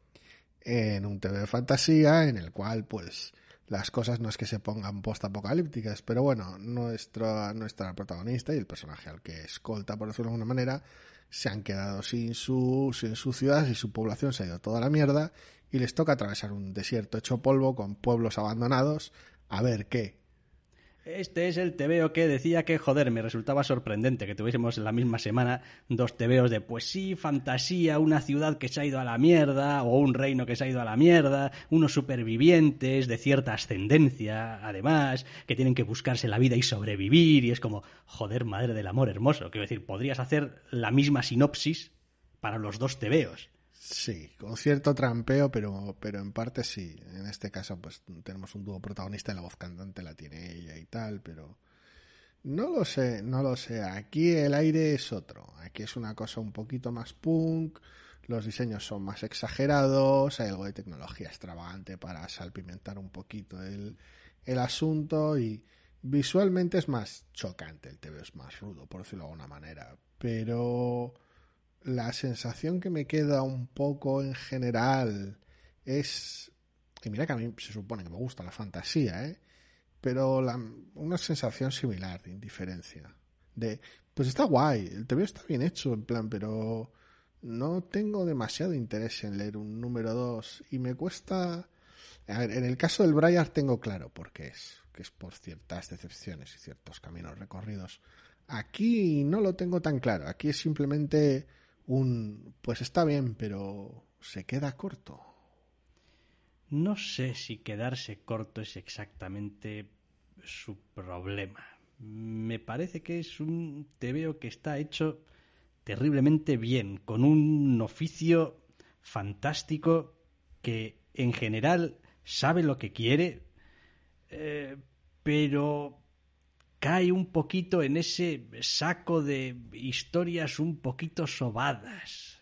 En un T V de fantasía en el cual, pues, las cosas no es que se pongan post-apocalípticas, pero bueno, nuestra, nuestra protagonista y el personaje al que escolta, por decirlo de alguna manera, se han quedado sin su, sin su ciudad y su población se ha ido toda la mierda y les toca atravesar un desierto hecho polvo con pueblos abandonados a ver qué. Este es el tebeo que decía que, joder, me resultaba sorprendente que tuviésemos en la misma semana dos tebeos de, pues sí, fantasía, una ciudad que se ha ido a la mierda, o un reino que se ha ido a la mierda, unos supervivientes de cierta ascendencia, además, que tienen que buscarse la vida y sobrevivir, y es como, joder, madre del amor hermoso. Quiero decir, podrías hacer la misma sinopsis para los dos tebeos. Sí, con cierto trampeo, pero, pero en parte sí. En este caso, pues tenemos un dúo protagonista y la voz cantante la tiene ella y tal, pero no lo sé, no lo sé. Aquí el aire es otro. Aquí es una cosa un poquito más punk, los diseños son más exagerados, hay algo de tecnología extravagante para salpimentar un poquito el, el asunto y visualmente es más chocante, el T V es más rudo, por decirlo de alguna manera, pero... La sensación que me queda un poco en general es... Y mira que a mí se supone que me gusta la fantasía, ¿eh? Pero la, una sensación similar de indiferencia. De, pues está guay, el T V está bien hecho, en plan, pero no tengo demasiado interés en leer un número dos y me cuesta... A ver, en el caso del Briar tengo claro por qué es, que es por ciertas decepciones y ciertos caminos recorridos. Aquí no lo tengo tan claro, aquí es simplemente... un pues está bien, pero se queda corto. No sé si quedarse corto es exactamente su problema. Me parece que es un tebeo que está hecho terriblemente bien, con un oficio fantástico que en general sabe lo que quiere, eh, pero... cae un poquito en ese saco de historias un poquito sobadas.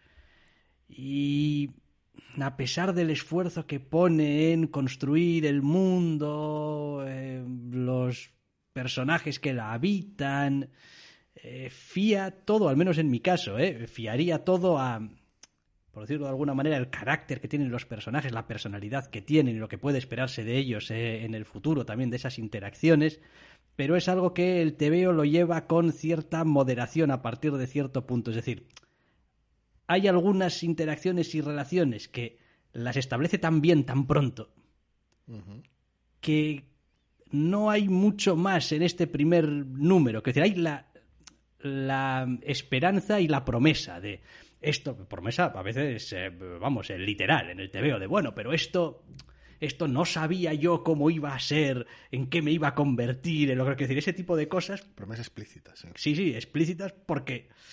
Y a pesar del esfuerzo que pone en construir el mundo, eh, los personajes que la habitan, eh, fía todo, al menos en mi caso, eh, fiaría todo a, por decirlo de alguna manera, el carácter que tienen los personajes, la personalidad que tienen y lo que puede esperarse de ellos eh, en el futuro también de esas interacciones. Pero es algo que el tebeo lo lleva con cierta moderación a partir de cierto punto. Es decir, hay algunas interacciones y relaciones que las establece tan bien, tan pronto, uh-huh. que no hay mucho más en este primer número. Es decir, hay la, la esperanza y la promesa de esto, promesa a veces, eh, vamos, eh, literal, en el tebeo, de bueno, pero esto... esto no sabía yo cómo iba a ser, en qué me iba a convertir, en lo que quiero decir, ese tipo de cosas. Promesas explícitas, ¿eh? Sí, sí, explícitas porque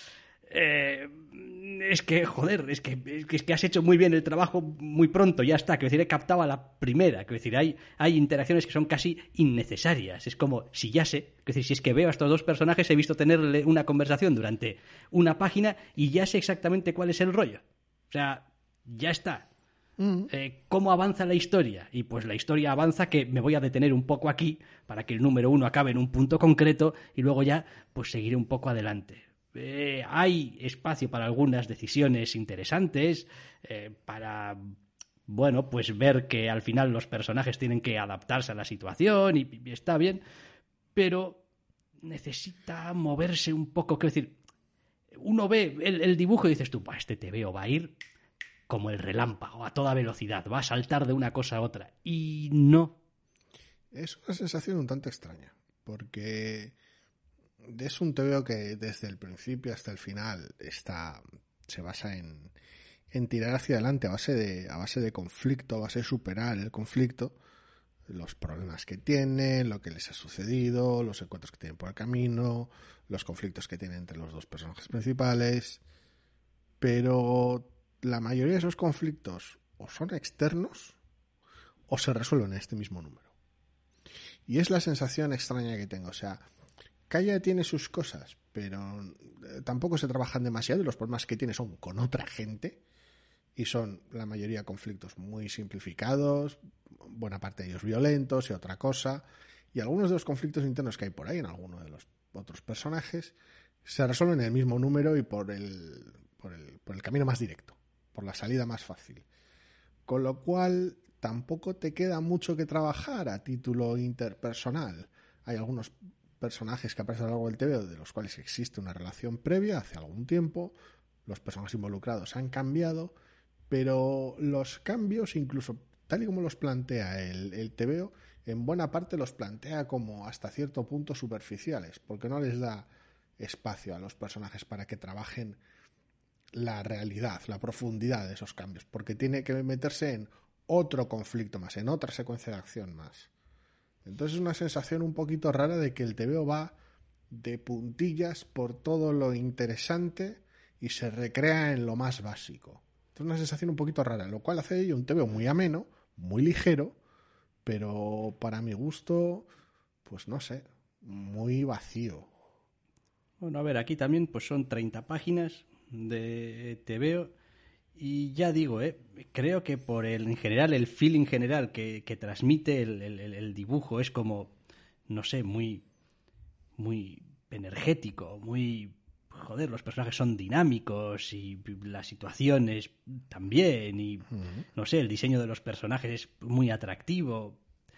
Eh, es que, joder, es que, es que es que has hecho muy bien el trabajo muy pronto, ya está. Quiero decir, he captado a la primera. Quiero decir, hay, hay interacciones que son casi innecesarias. Es como, si ya sé, quiero decir, si es que veo a estos dos personajes, he visto tenerle una conversación durante una página y ya sé exactamente cuál es el rollo. O sea, ya está. Mm. Eh, ¿Cómo avanza la historia? Y pues la historia avanza que me voy a detener un poco aquí para que el número uno acabe en un punto concreto y luego ya pues seguiré un poco adelante. Eh, hay espacio para algunas decisiones interesantes, eh, para, bueno, pues ver que al final los personajes tienen que adaptarse a la situación y, y está bien, pero necesita moverse un poco. Quiero decir, uno ve el, el dibujo y dices tú, pues este te veo va a ir como el relámpago, a toda velocidad, va a saltar de una cosa a otra. Y no. Es una sensación un tanto extraña, porque es un T V O que desde el principio hasta el final está, se basa en, en tirar hacia adelante a base de, a base de conflicto, a base de superar el conflicto, los problemas que tienen, lo que les ha sucedido, los encuentros que tienen por el camino, los conflictos que tienen entre los dos personajes principales, pero la mayoría de esos conflictos o son externos o se resuelven en este mismo número. Y es la sensación extraña que tengo. O sea, Kaya tiene sus cosas, pero tampoco se trabajan demasiado y los problemas que tiene son con otra gente y son la mayoría conflictos muy simplificados, buena parte de ellos violentos y otra cosa. Y algunos de los conflictos internos que hay por ahí en alguno de los otros personajes se resuelven en el mismo número y por el, por el, por el camino más directo, por la salida más fácil. Con lo cual tampoco te queda mucho que trabajar a título interpersonal. Hay algunos personajes que aparecen a lo largo del T V O de los cuales existe una relación previa hace algún tiempo, los personajes involucrados han cambiado, pero los cambios, incluso tal y como los plantea el, el T V O, en buena parte los plantea como hasta cierto punto superficiales, porque no les da espacio a los personajes para que trabajen la realidad, la profundidad de esos cambios, porque tiene que meterse en otro conflicto más, en otra secuencia de acción más. Entonces es una sensación un poquito rara de que el T V O va de puntillas por todo lo interesante y se recrea en lo más básico. Es una sensación un poquito rara, lo cual hace de ello un T V O muy ameno, muy ligero, pero para mi gusto, pues no sé, muy vacío. Bueno, a ver, aquí también pues son treinta páginas de T V O y ya digo, eh, creo que por el en general, el feeling general que, que transmite el, el, el dibujo es como, no sé, muy, muy energético, muy... Joder, los personajes son dinámicos y las situaciones también y, uh-huh. no sé, el diseño de los personajes es muy atractivo.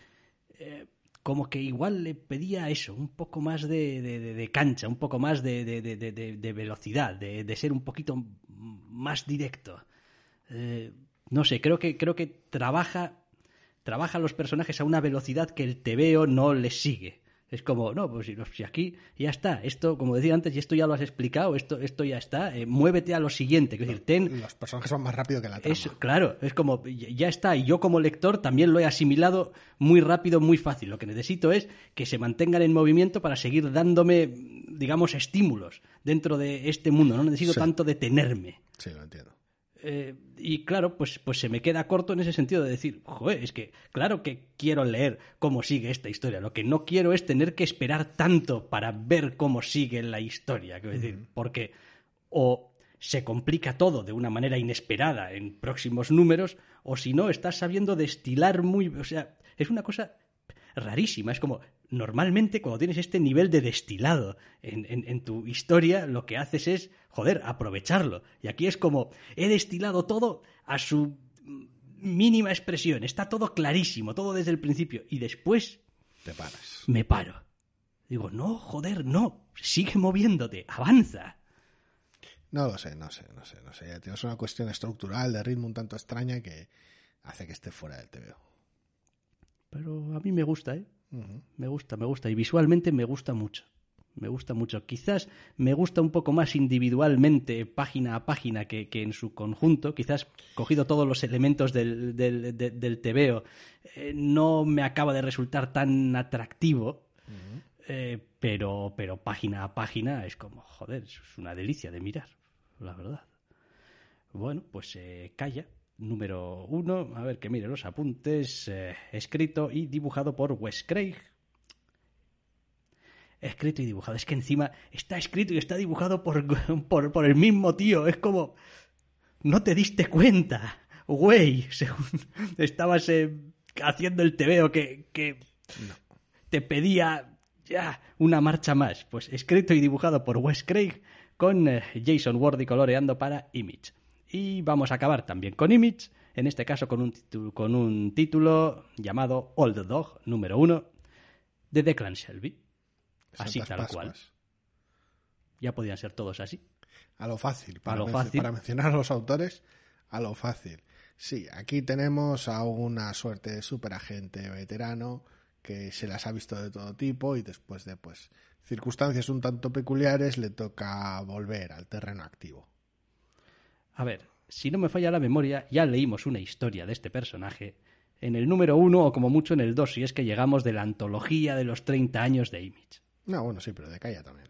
Eh, como que igual le pedía eso, un poco más de, de, de, de cancha, un poco más de, de, de, de, de velocidad, de, de ser un poquito más directo. Eh, no sé, creo que, creo que trabaja, trabaja los personajes a una velocidad que el T V O no les sigue. Es como, no, pues si aquí ya está, esto, como decía antes, y esto ya lo has explicado, esto, esto ya está, eh, muévete a lo siguiente. Es decir, ten... Los personajes van más rápido que la trama. Es, claro, es como, ya está, y yo como lector también lo he asimilado muy rápido, muy fácil. Lo que necesito es que se mantengan en movimiento para seguir dándome, digamos, estímulos dentro de este mundo. No necesito sí. tanto detenerme. Sí, lo entiendo. Eh, y claro, pues, pues se me queda corto en ese sentido de decir, joder, es que claro que quiero leer cómo sigue esta historia. Lo que no quiero es tener que esperar tanto para ver cómo sigue la historia. Quiero decir, uh-huh. porque o se complica todo de una manera inesperada en próximos números, o si no, estás sabiendo destilar muy... O sea, es una cosa rarísima. Es como, normalmente cuando tienes este nivel de destilado en, en, en tu historia, lo que haces es, joder, aprovecharlo. Y aquí es como, he destilado todo a su mínima expresión. Está todo clarísimo, todo desde el principio. Y después... Te paras. Me paro. Digo, no, joder, no. Sigue moviéndote, avanza. No lo sé, no sé, no sé, no sé. Ya tienes una cuestión estructural de ritmo un tanto extraña que hace que esté fuera del T V O. Pero a mí me gusta, ¿eh? Uh-huh. Me gusta, me gusta. Y visualmente me gusta mucho. Me gusta mucho. Quizás me gusta un poco más individualmente, página a página, que, que en su conjunto. Quizás, cogido todos los elementos del, del, del, del T V O, eh, no me acaba de resultar tan atractivo. Uh-huh. eh, pero, pero página a página es como, joder, es una delicia de mirar. la verdad. Bueno, pues eh, Kaya, número uno, a ver que mire los apuntes, eh, escrito y dibujado por Wes Craig. Escrito y dibujado, es que encima está escrito y está dibujado por, por, por el mismo tío, es como... No te diste cuenta, güey, según estabas eh, haciendo el tebeo que, que No. te pedía ya una marcha más. Pues escrito y dibujado por Wes Craig con eh, Jason Ward coloreando para Image. Y vamos a acabar también con Image, en este caso con un, titu- con un título llamado Old Dog, número uno, de Declan Shelby. Así Santas tal Pascuas. cual. Ya podían ser todos así. A lo fácil, para, A lo men- fácil. para mencionar a los autores, a lo fácil. Sí, aquí tenemos a una suerte de superagente veterano que se las ha visto de todo tipo y después de pues circunstancias un tanto peculiares le toca volver al terreno activo. A ver, si no me falla la memoria, ya leímos una historia de este personaje en el número uno o como mucho en el dos, si es que llegamos de la antología de los treinta años de Image. No, bueno, sí, pero de Kaya también.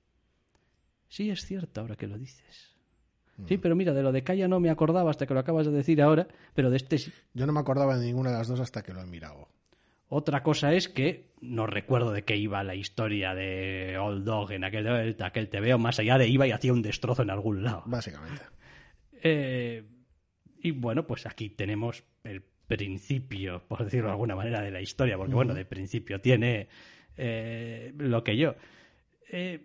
Sí, es cierto, ahora que lo dices. Sí, pero mira, de lo de Kaya no me acordaba hasta que lo acabas de decir ahora, pero de este sí. Yo no me acordaba de ninguna de las dos hasta que lo he mirado. Otra cosa es que no recuerdo de qué iba la historia de Old Dog en aquel, aquel te veo, más allá de iba y hacía un destrozo en algún lado. Básicamente. Eh, y bueno, pues aquí tenemos el principio, por decirlo de alguna manera, de la historia, porque uh-huh. bueno, de principio tiene eh, lo que yo. Eh,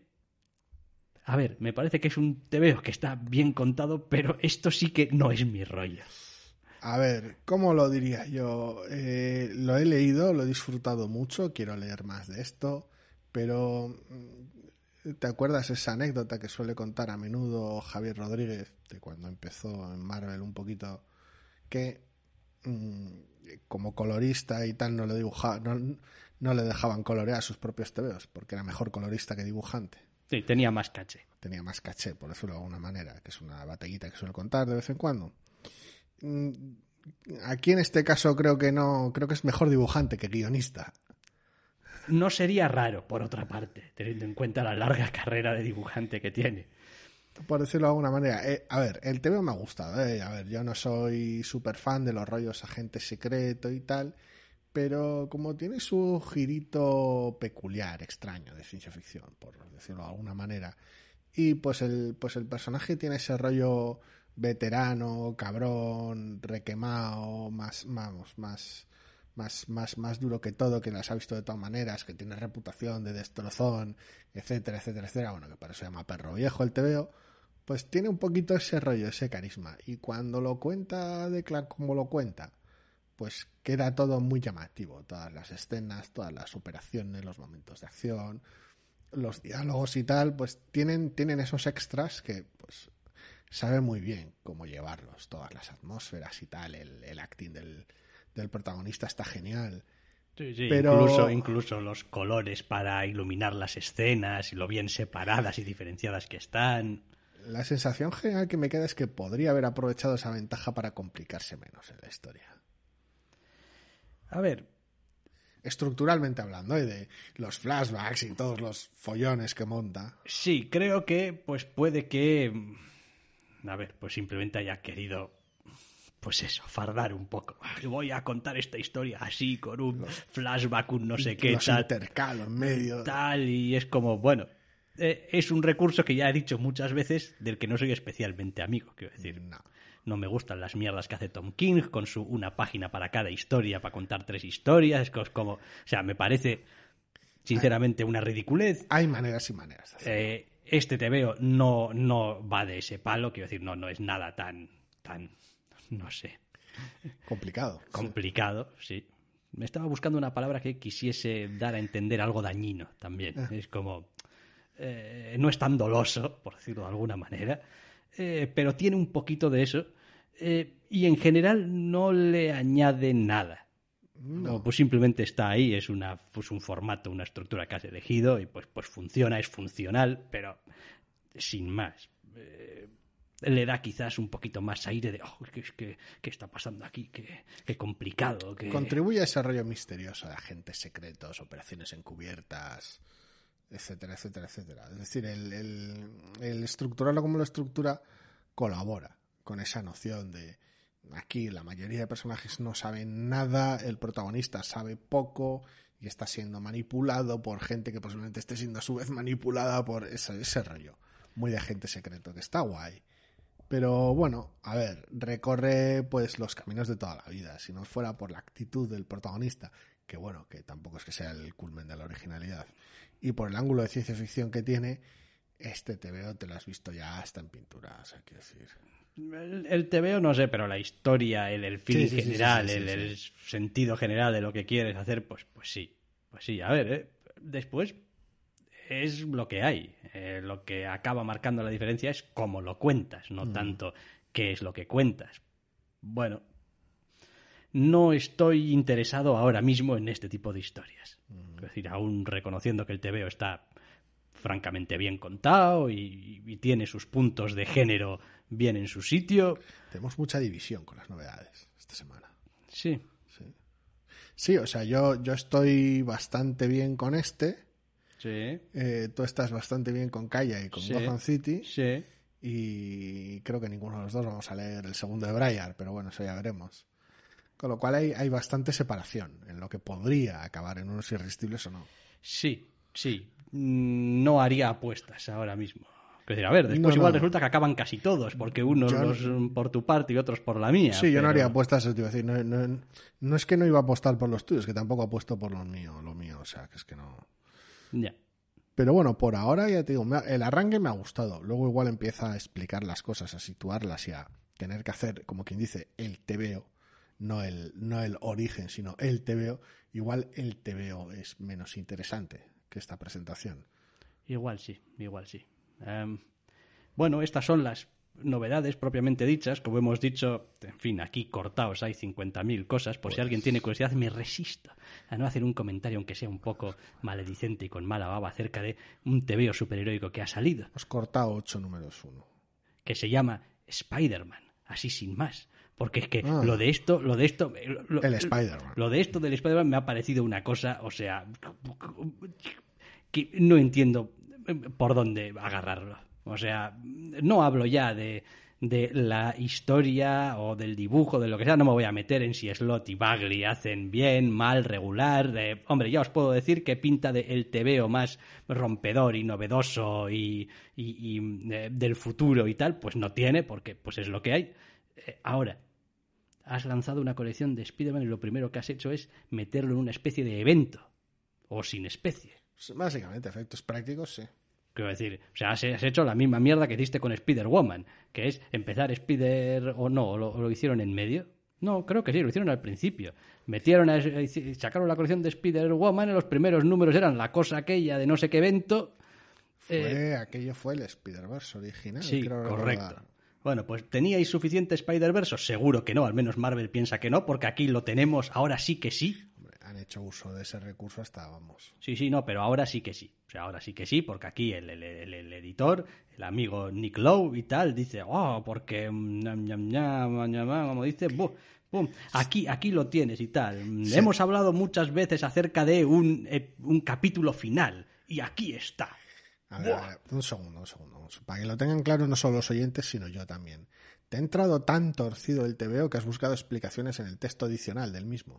a ver, me parece que es un tebeo que está bien contado, pero esto sí que no es mi rollo. A ver, ¿cómo lo diría yo? Eh, lo he leído, lo he disfrutado mucho, quiero leer más de esto, pero ¿te acuerdas esa anécdota que suele contar a menudo Javier Rodríguez de cuando empezó en Marvel un poquito, que mmm, como colorista y tal no le dibujaba, no, no le dejaban colorear sus propios tebeos porque era mejor colorista que dibujante? Sí, tenía más caché. Tenía más caché, por decirlo de alguna manera, que es una batallita que suele contar de vez en cuando. Aquí en este caso creo que no, creo que es mejor dibujante que guionista. No sería raro, por otra parte, teniendo en cuenta la larga carrera de dibujante que tiene. Por decirlo de alguna manera. Eh, a ver, el tebeo me ha gustado. Eh. A ver, yo no soy súper fan de los rollos agente secreto y tal, pero como tiene su girito peculiar, extraño de ciencia ficción, por decirlo de alguna manera, y pues el, pues el personaje tiene ese rollo veterano, cabrón, requemado, más, vamos, más, más, más, más duro que todo, que las ha visto de todas maneras, que tiene reputación de destrozón, etcétera, etcétera, etcétera. Bueno, que para eso se llama perro viejo el tebeo, pues tiene un poquito ese rollo, ese carisma. Y cuando lo cuenta Declan como lo cuenta, pues queda todo muy llamativo. Todas las escenas, todas las operaciones, los momentos de acción, los diálogos y tal, pues tienen, tienen esos extras que, pues, sabe muy bien cómo llevarlos, todas las atmósferas y tal, el, el acting del, del protagonista está genial. Sí, sí, pero... incluso, incluso los colores para iluminar las escenas y lo bien separadas y diferenciadas que están. La sensación general que me queda es que podría haber aprovechado esa ventaja para complicarse menos en la historia. A ver, estructuralmente hablando, ¿eh? De los flashbacks y todos los follones que monta. Sí, creo que pues puede que, a ver, pues simplemente haya querido, pues eso, fardar un poco. Voy a contar esta historia así, con un los, flashback, un no sé qué, los tal. intercalo en medio. Tal, y es como, bueno, eh, es un recurso que ya he dicho muchas veces del que no soy especialmente amigo, quiero decir. No. No me gustan las mierdas que hace Tom King con su una página para cada historia, para contar tres historias. Es como, o sea, me parece sinceramente una ridiculez. Hay maneras y maneras. Eh, este tebeo no, no va de ese palo, quiero decir, no, no es nada tan, tan, no sé. Complicado. Complicado, sí. sí. Me estaba buscando una palabra que quisiese dar a entender algo dañino también. Ah. Es como, eh, no es tan doloso, por decirlo de alguna manera. Eh, pero tiene un poquito de eso eh, y en general no le añade nada. No. Pues simplemente está ahí, es una, pues un formato, una estructura que has elegido y pues, pues funciona, es funcional, pero sin más. Eh, le da quizás un poquito más aire de oh, ¿qué, qué, qué está pasando aquí? Qué, qué complicado. Qué... Contribuye a ese rollo misterioso de agentes secretos, operaciones encubiertas. etcétera, etcétera, etcétera. Es decir, el, el, el estructurarlo como lo estructura colabora con esa noción de aquí la mayoría de personajes no saben nada, el protagonista sabe poco y está siendo manipulado por gente que posiblemente esté siendo a su vez manipulada por ese, ese rollo. Muy de agente secreto, que está guay. Pero bueno, a ver, recorre pues los caminos de toda la vida. Si no fuera por la actitud del protagonista, que bueno, que tampoco es que sea el culmen de la originalidad, y por el ángulo de ciencia ficción que tiene, este T V O te lo has visto ya hasta en pintura, o sea, quiero decir... El, el T V O no sé, pero la historia, el, el feeling sí, sí, general, sí, sí, sí, el, sí. el sentido general de lo que quieres hacer, pues, pues sí. Pues sí, a ver, ¿eh? Después es lo que hay. Eh, lo que acaba marcando la diferencia es cómo lo cuentas, no mm. tanto qué es lo que cuentas. Bueno, no estoy interesado ahora mismo en este tipo de historias. Mm. Es decir, aún reconociendo que el T V O está francamente bien contado y, y tiene sus puntos de género bien en su sitio. Tenemos mucha división con las novedades esta semana. Sí. Sí, sí, o sea, yo, yo estoy bastante bien con este. Sí. Eh, tú estás bastante bien con Kaya y con sí. Gotham City. Sí. Y creo que ninguno de los dos vamos a leer el segundo de Briar, pero bueno, eso ya veremos. Con lo cual hay, hay bastante separación en lo que podría acabar en unos irresistibles o no. Sí, sí. No haría apuestas ahora mismo. Es decir, a ver, después no, igual no. resulta que acaban casi todos, porque unos yo, los por tu parte y otros por la mía. Sí, pero... yo no haría apuestas, te iba a decir, no, no, no es que no iba a apostar por los tuyos, que tampoco apuesto por los míos, lo mío, o sea, que es que no... Ya. Pero bueno, por ahora ya te digo, el arranque me ha gustado, luego igual empieza a explicar las cosas, a situarlas y a tener que hacer, como quien dice, el T V O, no el, no el origen, sino el T V O, igual el T V O es menos interesante que esta presentación. Igual sí, igual sí. Um, bueno, estas son las novedades propiamente dichas, como hemos dicho, en fin, aquí cortados hay cincuenta mil cosas, por pues... si alguien tiene curiosidad, me resisto a no hacer un comentario, aunque sea un poco maledicente y con mala baba, acerca de un T V O superheroico que ha salido. Hemos cortado ocho números uno. Que se llama Spider-Man, así sin más. Porque es que ah. lo de esto, lo de esto... Lo, el Spider-Man. Lo de esto del Spider-Man me ha parecido una cosa, o sea... que no entiendo por dónde agarrarlo. O sea, no hablo ya de, de la historia o del dibujo, de lo que sea, no me voy a meter en si Slott y Bagley hacen bien, mal, regular. Eh, hombre, ya os puedo decir que pinta de el T V O más rompedor y novedoso y, y, y eh, del futuro y tal, pues no tiene, porque pues es lo que hay. Eh, ahora, has lanzado una colección de Spider-Man y lo primero que has hecho es meterlo en una especie de evento, o sin especie. Básicamente, efectos prácticos, sí. Quiero decir, o sea, has, has hecho la misma mierda que hiciste con Spider-Woman, que es empezar Spider... o no, o lo, o lo hicieron en medio. No, creo que sí, lo hicieron al principio. Metieron a, sacaron la colección de Spider-Woman, en los primeros números eran la cosa aquella de no sé qué evento. Fue, eh, aquello fue el Spider-Verse original. Sí, creo correcto. Recordar. Bueno, pues ¿teníais suficiente Spider-Verse? Seguro que no, al menos Marvel piensa que no, porque aquí lo tenemos, ahora sí que sí. Han hecho uso de ese recurso hasta, vamos. Sí, sí, no, pero ahora sí que sí. O sea, ahora sí que sí, porque aquí el, el, el, el editor, el amigo Nick Lowe y tal, dice, oh, porque, ñam, ñam, ñam, ñam, como dice, buh, bum, aquí, aquí lo tienes y tal. Sí. Hemos hablado muchas veces acerca de un, eh, un capítulo final, y aquí está. A ver, a ver, un segundo, un segundo. Para que lo tengan claro no solo los oyentes, sino yo también. ¿Te ha entrado tan torcido el T V O que has buscado explicaciones en el texto adicional del mismo?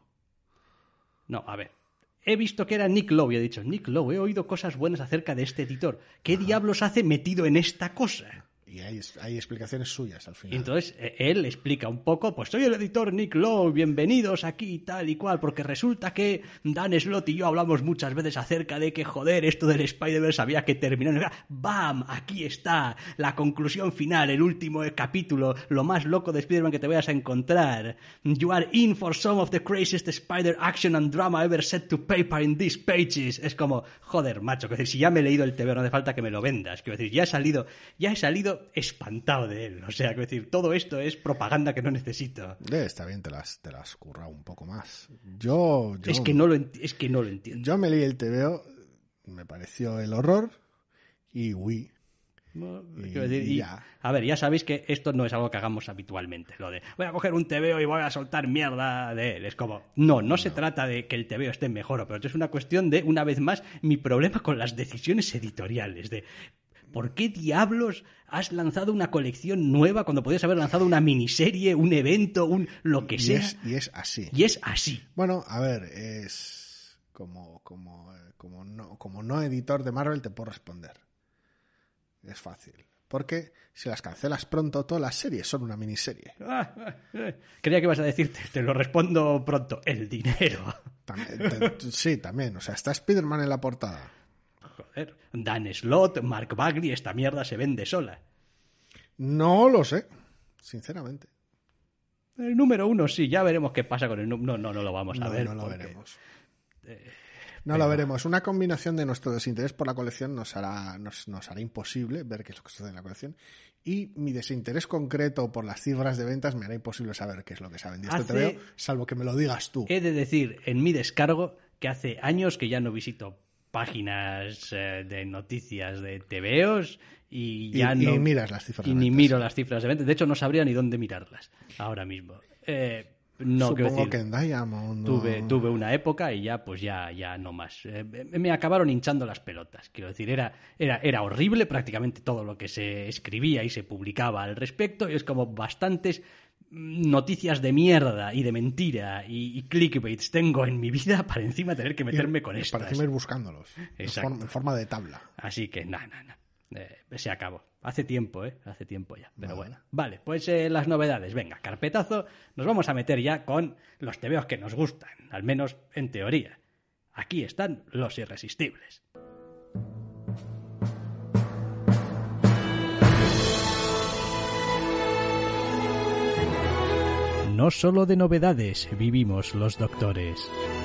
No, a ver. He visto que era Nick Lowe y he dicho, Nick Lowe, he oído cosas buenas acerca de este editor. ¿Qué Ajá. diablos hace metido en esta cosa? Y hay, hay explicaciones suyas al final. Y entonces él explica un poco, pues soy el editor Nick Lowe, bienvenidos aquí tal y cual, porque resulta que Dan Slott y yo hablamos muchas veces acerca de que, joder, esto del Spider-Verse había que terminar. ¡Bam! Aquí está la conclusión final, el último capítulo, lo más loco de Spider-Man que te vayas a encontrar. You are in for some of the craziest Spider action and drama ever set to paper in these pages. Es como, joder, macho, que si ya me he leído el T V O no hace falta que me lo vendas. Quiero decir, ya he salido, ya he salido espantado de él, o sea, quiero decir, todo esto es propaganda que no necesito. Eh, está bien, te las, te las currado un poco más. Yo, yo es que no lo es que no lo entiendo. Yo me leí el T V O, me pareció el horror y uy, No, Y- quiero decir, y y- ya. a ver, ya sabéis que esto no es algo que hagamos habitualmente. Lo de voy a coger un tebeo y voy a soltar mierda de él. Es como, no, no, se trata de que el tebeo esté mejor o peor. Es una cuestión de, una vez más, mi problema con las decisiones editoriales. De ¿por qué diablos has lanzado una colección nueva cuando podías haber lanzado una miniserie, un evento, un lo que Y sea? es, y es así. Y es así. Bueno, a ver, es como, como, eh, como, no, como no editor de Marvel te puedo responder. Es fácil. Porque si las cancelas pronto, todas las series son una miniserie. Ah, ah, eh. Creía que ibas a decirte, te lo respondo pronto, el dinero. También, te- sí, también. O sea, está Spider-Man en la portada. Joder, Dan Slott, Mark Bagley, esta mierda se vende sola. No lo sé, sinceramente. El número uno sí, ya veremos qué pasa con el número. No, no, no lo vamos a No, ver. no lo porque- veremos. eh, No pero- lo veremos. Una combinación de nuestro desinterés por la colección nos hará, nos, nos hará imposible ver qué es lo que sucede en la colección. Y mi desinterés concreto por las cifras de ventas me hará imposible saber qué es lo que se ha vendido este Hace- T V O, salvo que me lo digas tú. He de decir en mi descargo que hace años que ya no visito páginas eh, de noticias de tebeos y Y, ya y no miras las cifras y de ni ventas. miro las cifras de ventas. De hecho, no sabría ni dónde mirarlas ahora mismo. Eh, no, quiero Supongo decir, que en Diamond. Tuve, no- tuve una época y ya, pues ya, ya no más. Eh, me acabaron hinchando las pelotas. Quiero decir, era, era, era horrible prácticamente todo lo que se escribía y se publicaba al respecto. Y es como bastantes mm, noticias de mierda y de mentira y, y clickbaits tengo en mi vida para encima tener que meterme con y estas. para encima ir buscándolos. En Exacto. forma, en forma de tabla. Así que nada, nada, nada. Eh, se acabó. Hace tiempo, ¿eh? Hace tiempo ya. Pero Vale. bueno. Vale, pues eh, las novedades. Venga, carpetazo. Nos vamos a meter ya con los tebeos que nos gustan. Al menos en teoría. Aquí están los irresistibles. No solo de novedades vivimos los doctores.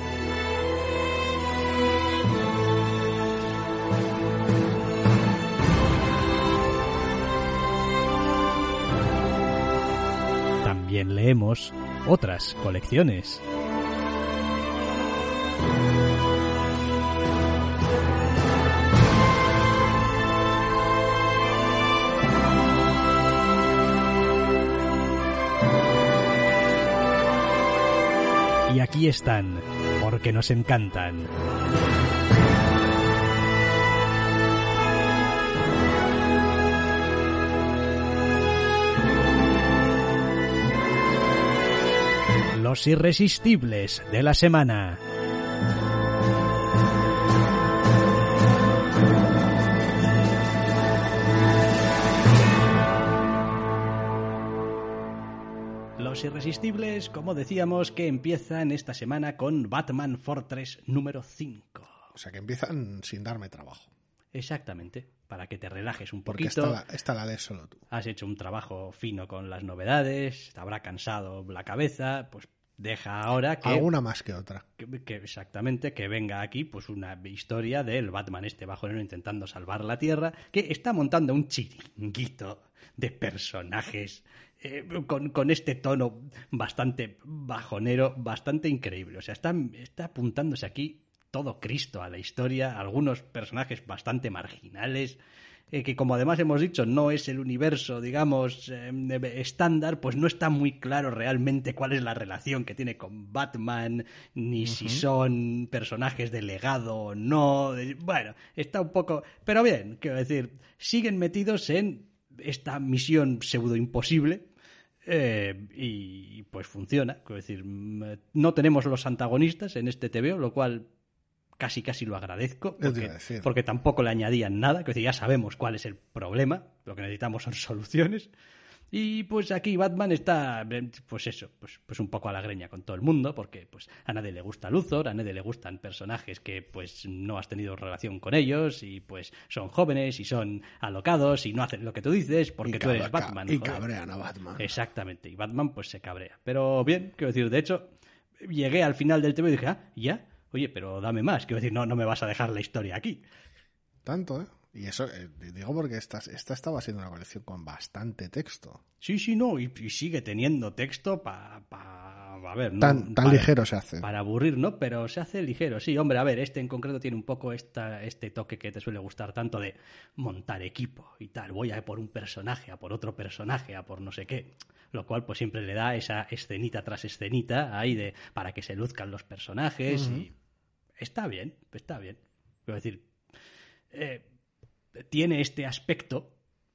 También leemos otras colecciones. Y aquí están, porque nos encantan. Los irresistibles de la semana. Los irresistibles, como decíamos, que empiezan esta semana con Batman Fortress número cinco. O sea que empiezan sin darme trabajo. Exactamente, para que te relajes un Porque poquito. esta la, esta la lees solo tú. Has hecho un trabajo fino con las novedades, te habrá cansado la cabeza, pues deja ahora que, Alguna más que otra. que, que exactamente que venga aquí pues una historia del Batman este bajonero intentando salvar la Tierra, que está montando un chiringuito de personajes eh, con, con este tono bastante bajonero, bastante increíble. O sea, está, está apuntándose aquí todo Cristo a la historia, algunos personajes bastante marginales, eh, que como además hemos dicho no es el universo, digamos, eh, estándar, pues no está muy claro realmente cuál es la relación que tiene con Batman, ni uh-huh. si son personajes de legado o no. Bueno, está un poco... Pero bien, quiero decir, siguen metidos en esta misión pseudo imposible, Eh, y pues funciona. Quiero decir, no tenemos los antagonistas en este tebeo, lo cual casi casi lo agradezco, porque, porque tampoco le añadían nada. Quiero decir, ya sabemos cuál es el problema, lo que necesitamos son soluciones. Y pues aquí Batman está, pues eso, pues, pues un poco a la greña con todo el mundo, porque pues a nadie le gusta Luthor, a nadie le gustan personajes que pues no has tenido relación con ellos, y pues son jóvenes y son alocados y no hacen lo que tú dices porque tú eres Batman. Y joder. Cabrean a Batman. Exactamente, y Batman pues se cabrea. Pero bien, quiero decir, de hecho, llegué al final del T V y dije, ah, ¿ya? Oye, pero dame más, quiero decir, no, no me vas a dejar la historia aquí. Tanto, ¿eh? Y eso, eh, digo porque esta, esta estaba siendo una colección con bastante texto. Sí, sí, no, y, y sigue teniendo texto para pa, a ver, no, tan, tan para, ligero se hace. Para aburrir, ¿no? Pero se hace ligero, sí. Hombre, a ver, este en concreto tiene un poco esta, este toque que te suele gustar tanto de montar equipo y tal. Voy a por un personaje, a por otro personaje, a por no sé qué. Lo cual pues siempre le da esa escenita tras escenita ahí de para que se luzcan los personajes. Uh-huh. Y está bien, está bien. Quiero decir, eh, tiene este aspecto.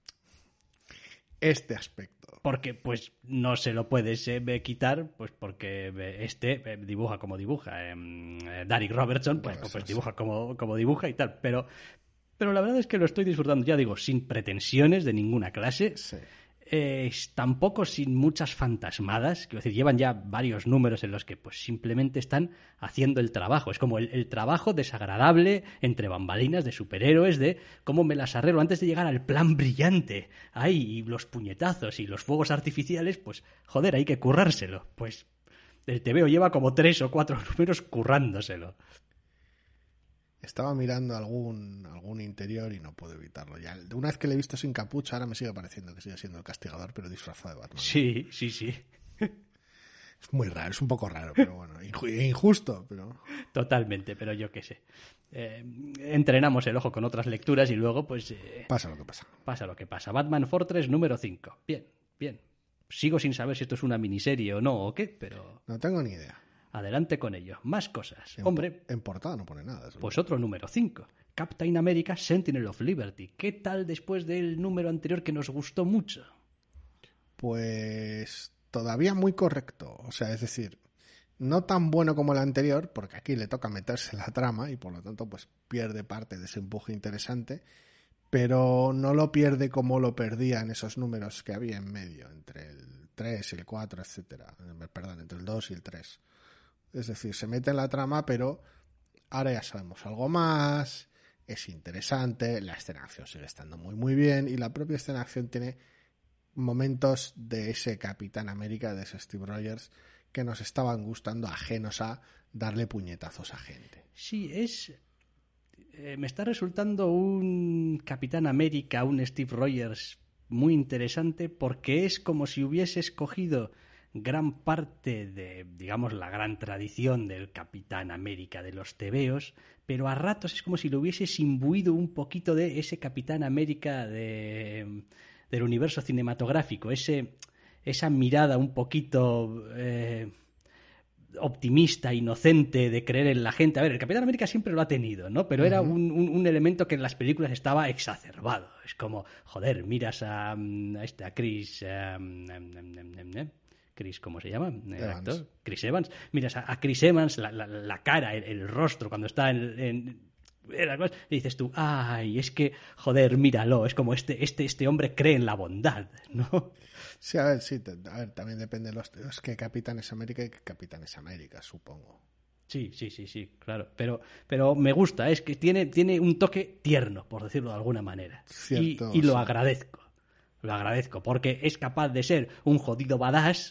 Este aspecto. Porque pues no se lo puedes eh, quitar, pues porque este eh, dibuja como dibuja. Eh, Darick Robertson pues, pues, pues dibuja como, como dibuja y tal. Pero, pero la verdad es que lo estoy disfrutando, ya digo, sin pretensiones de ninguna clase. Sí. Eh, tampoco sin muchas fantasmadas, quiero decir, llevan ya varios números en los que pues simplemente están haciendo el trabajo. Es como el, el trabajo desagradable entre bambalinas de superhéroes de cómo me las arreglo antes de llegar al plan brillante. Ahí, y los puñetazos y los fuegos artificiales, pues joder, hay que currárselo. Pues el T V O lleva como tres o cuatro números currándoselo. Estaba mirando algún, algún interior y no puedo evitarlo. Ya, una vez que le he visto sin capucha, ahora me sigue pareciendo que sigue siendo el castigador, pero disfrazado de Batman. Sí, sí, sí. Es muy raro, es un poco raro, pero bueno, injusto, pero... Totalmente, pero yo qué sé. Eh, entrenamos el ojo con otras lecturas y luego, pues... Eh, pasa lo que pasa. Pasa lo que pasa. Batman Fortress número cinco. Bien, bien. Sigo sin saber si esto es una miniserie o no o qué, pero... No tengo ni idea. Adelante con ello. Más cosas. En, Hombre... En portada no pone nada. Pues otro número cinco. Captain America Sentinel of Liberty. ¿Qué tal después del número anterior que nos gustó mucho? Pues todavía muy correcto. O sea, es decir, no tan bueno como el anterior, porque aquí le toca meterse en la trama y por lo tanto pues pierde parte de ese empuje interesante, pero no lo pierde como lo perdía en esos números que había en medio, entre el tres y el cuatro, etcétera. Perdón, entre el dos y el tres. Es decir, se mete en la trama, pero ahora ya sabemos algo más, es interesante, la escena de acción sigue estando muy muy bien y la propia escena de acción tiene momentos de ese Capitán América, de ese Steve Rogers, que nos estaban gustando, ajenos a darle puñetazos a gente. Sí, es... Eh, me está resultando un Capitán América, un Steve Rogers muy interesante porque es como si hubiese escogido gran parte de, digamos, la gran tradición del Capitán América de los tebeos, pero a ratos es como si lo hubieses imbuido un poquito de ese Capitán América de, del universo cinematográfico, ese, esa mirada un poquito eh, optimista, inocente, de creer en la gente. A ver, el Capitán América siempre lo ha tenido, ¿no? Pero uh-huh. era un, un, un elemento que en las películas estaba exacerbado. Es como, joder, miras a, a, este, a Chris... Um, um, um, um, um, Chris, ¿cómo se llama? El Evans. actor. Chris Evans. Miras a, a Chris Evans, la, la, la cara, el, el rostro, cuando está en... en y dices tú, ay, es que, joder, míralo, es como este, este, este hombre cree en la bondad, ¿no? Sí, a ver, sí, a ver, también depende de los, los que Capitanes América y que Capitanes América, supongo. Sí, sí, sí, sí, claro. Pero, pero me gusta, es que tiene, tiene un toque tierno, por decirlo de alguna manera. Cierto, y, y lo sí. agradezco. Lo agradezco, porque es capaz de ser un jodido badass,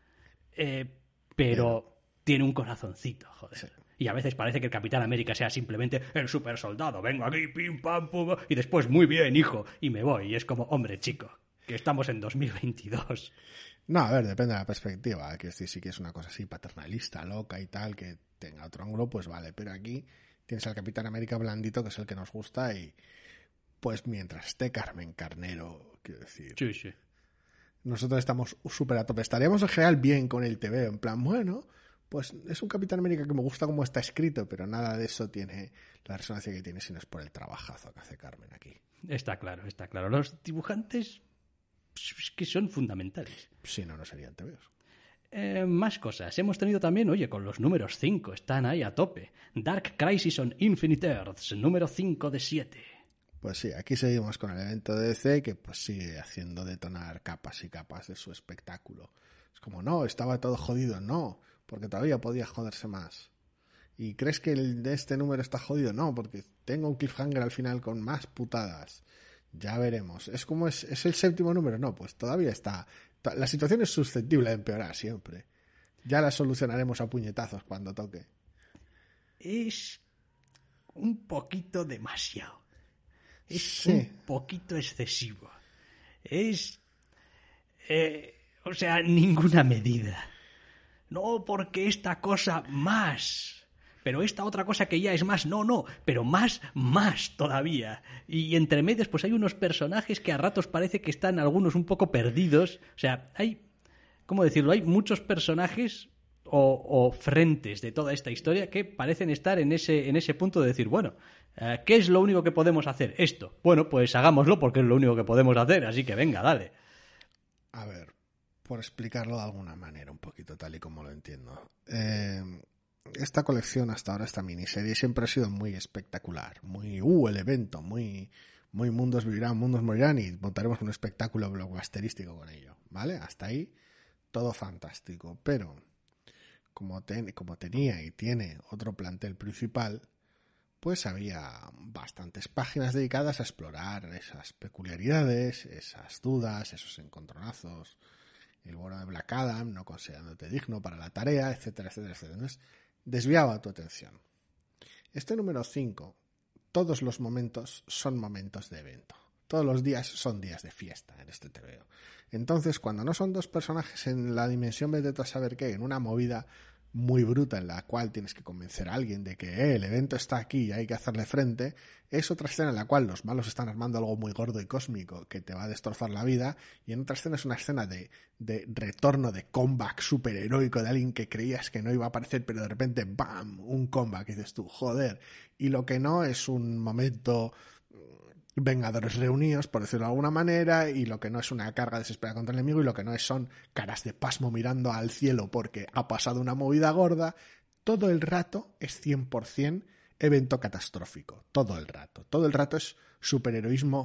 eh, pero, pero tiene un corazoncito, joder. Sí. Y a veces parece que el Capitán América sea simplemente el super soldado. Vengo aquí, pim, pam, pum, y después, muy bien, hijo, y me voy. Y es como, hombre, chico, que estamos en dos mil veintidós. No, a ver, depende de la perspectiva. Que si, si que es una cosa así paternalista, loca y tal, que tenga otro ángulo, pues vale. Pero aquí tienes al Capitán América blandito, que es el que nos gusta, y pues mientras esté Carmen Carnero, quiero decir... Sí, sí. Nosotros estamos súper a tope. Estaríamos en general bien con el T V, en plan, bueno... Pues es un Capitán América que me gusta cómo está escrito, pero nada de eso tiene la resonancia que tiene, sino es por el trabajazo que hace Carmen aquí. Está claro, está claro. Los dibujantes es que son fundamentales. Si no, no serían tebeos. Eh, más cosas. Hemos tenido también, oye, con los números cinco, están ahí a tope. Dark Crisis on Infinite Earths, número cinco de siete. Pues sí, aquí seguimos con el evento de D C que pues sigue haciendo detonar capas y capas de su espectáculo. Es como, no, estaba todo jodido, no, porque todavía podía joderse más. ¿Y crees que el de este número está jodido? No, porque tengo un cliffhanger al final con más putadas. Ya veremos. ¿Es como es, es el séptimo número? No, pues todavía está. La situación es susceptible de empeorar siempre. Ya la solucionaremos a puñetazos cuando toque. Es un poquito demasiado. Es sí. un poquito excesivo. Es... Eh, o sea, ninguna medida. no, porque esta cosa más, pero esta otra cosa que ya es más, no, no, pero más, más todavía. Y entre medias pues hay unos personajes que a ratos parece que están algunos un poco perdidos. O sea, hay, ¿cómo decirlo? Hay muchos personajes o, o frentes de toda esta historia que parecen estar en ese, en ese punto de decir, bueno, eh, ¿qué es lo único que podemos hacer? Esto. Bueno, pues hagámoslo porque es lo único que podemos hacer, así que venga, dale. A ver, por explicarlo de alguna manera, un poquito tal y como lo entiendo. Eh, esta colección hasta ahora, esta miniserie, siempre ha sido muy espectacular, muy, uh, el evento, muy, muy mundos vivirán, mundos morirán y montaremos un espectáculo blockbusterístico con ello, ¿vale? Hasta ahí, todo fantástico, pero como, ten, como tenía y tiene otro plantel principal, pues había bastantes páginas dedicadas a explorar esas peculiaridades, esas dudas, esos encontronazos, el bueno de Black Adam, no considerándote digno para la tarea, etcétera, etcétera, etcétera. Entonces, desviaba tu atención. Este número cinco, todos los momentos son momentos de evento. Todos los días son días de fiesta en este T V O. Entonces, cuando no son dos personajes en la dimensión vete tú a saber qué, en una movida muy bruta en la cual tienes que convencer a alguien de que eh, el evento está aquí y hay que hacerle frente, es otra escena en la cual los malos están armando algo muy gordo y cósmico que te va a destrozar la vida, y en otra escena es una escena de, de retorno, de comeback superheroico de alguien que creías que no iba a aparecer, pero de repente ¡bam! Un comeback, y dices tú, joder, y lo que no es un momento Vengadores reunidos, por decirlo de alguna manera, y lo que no es una carga desesperada contra el enemigo, y lo que no es son caras de pasmo mirando al cielo porque ha pasado una movida gorda. Todo el rato es cien por ciento evento catastrófico, todo el rato. Todo el rato es superheroísmo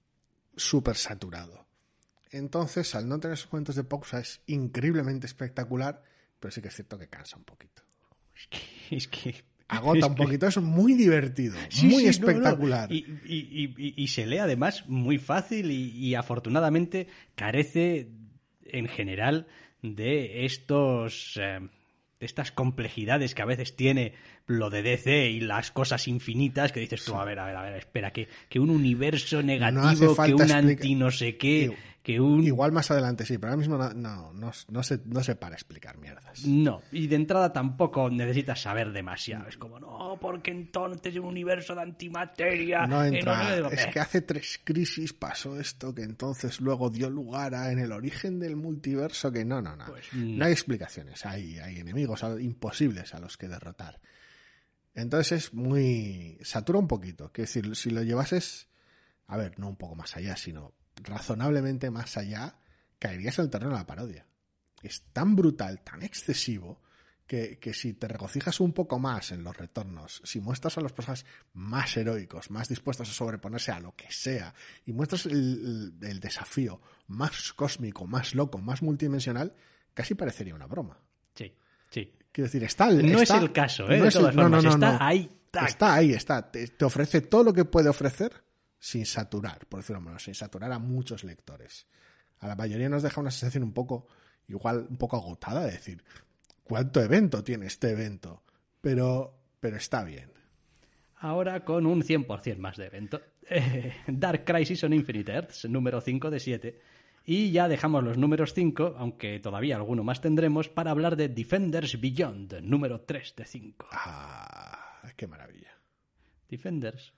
súper saturado. Entonces, al no tener esos momentos de pausa, es increíblemente espectacular, pero sí que es cierto que cansa un poquito. Es que... Es que... Agota es un que... poquito, es muy divertido, sí, muy sí, espectacular. No, no. Y, y, y, y se lee además muy fácil y, y afortunadamente carece en general de estos eh, de estas complejidades que a veces tiene lo de D C y las cosas infinitas que dices tú, sí. a ver, a ver, a ver, espera, que, que un universo negativo, no que un explica... anti no sé qué... Que un... Igual más adelante sí, pero ahora mismo no, no, no, no, se, no se para explicar mierdas. No, y de entrada tampoco necesitas saber demasiado. Es como, no, porque entonces un universo de antimateria... No entra, eh, no, es que hace tres crisis pasó esto que entonces luego dio lugar a en el origen del multiverso que no, no, no. Pues, no. no hay explicaciones, hay, hay enemigos imposibles a los que derrotar. Entonces es muy... satura un poquito. Quiero decir, si lo llevases, a ver, no un poco más allá, sino... razonablemente más allá, caerías en el terreno de la parodia. Es tan brutal, tan excesivo, que, que si te regocijas un poco más en los retornos, si muestras a los personajes más heroicos, más dispuestos a sobreponerse a lo que sea, y muestras el, el, el desafío más cósmico, más loco, más multidimensional, casi parecería una broma. Sí, sí. Quiero decir, está... No está, es el caso, ¿eh? No de es todas el, formas, no, no, no, está no. ahí. Tac. Está ahí, está. Te, te ofrece todo lo que puede ofrecer sin saturar, por decirlo menos, sin saturar a muchos lectores. A la mayoría nos deja una sensación un poco, igual, un poco agotada de decir, ¿cuánto evento tiene este evento? Pero, pero está bien. Ahora con un cien por ciento más de evento. Eh, Dark Crisis on Infinite Earths, número cinco de siete. Y ya dejamos los números cinco, aunque todavía alguno más tendremos, para hablar de Defenders Beyond, número tres de cinco. Ah, qué maravilla. Defenders...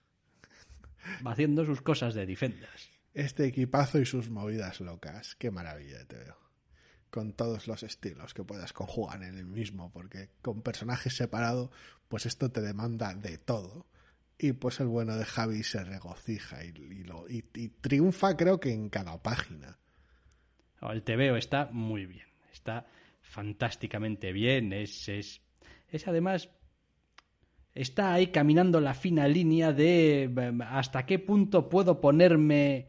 va haciendo sus cosas de Defenders. Este equipazo y sus movidas locas. Qué maravilla te veo. Con todos los estilos que puedas conjugar en el mismo, porque con personajes separados, pues esto te demanda de todo. Y pues el bueno de Javi se regocija y, y, lo, y, y triunfa, creo que en cada página. El T V O está muy bien. Está fantásticamente bien. Es, es, es además... está ahí caminando la fina línea de hasta qué punto puedo ponerme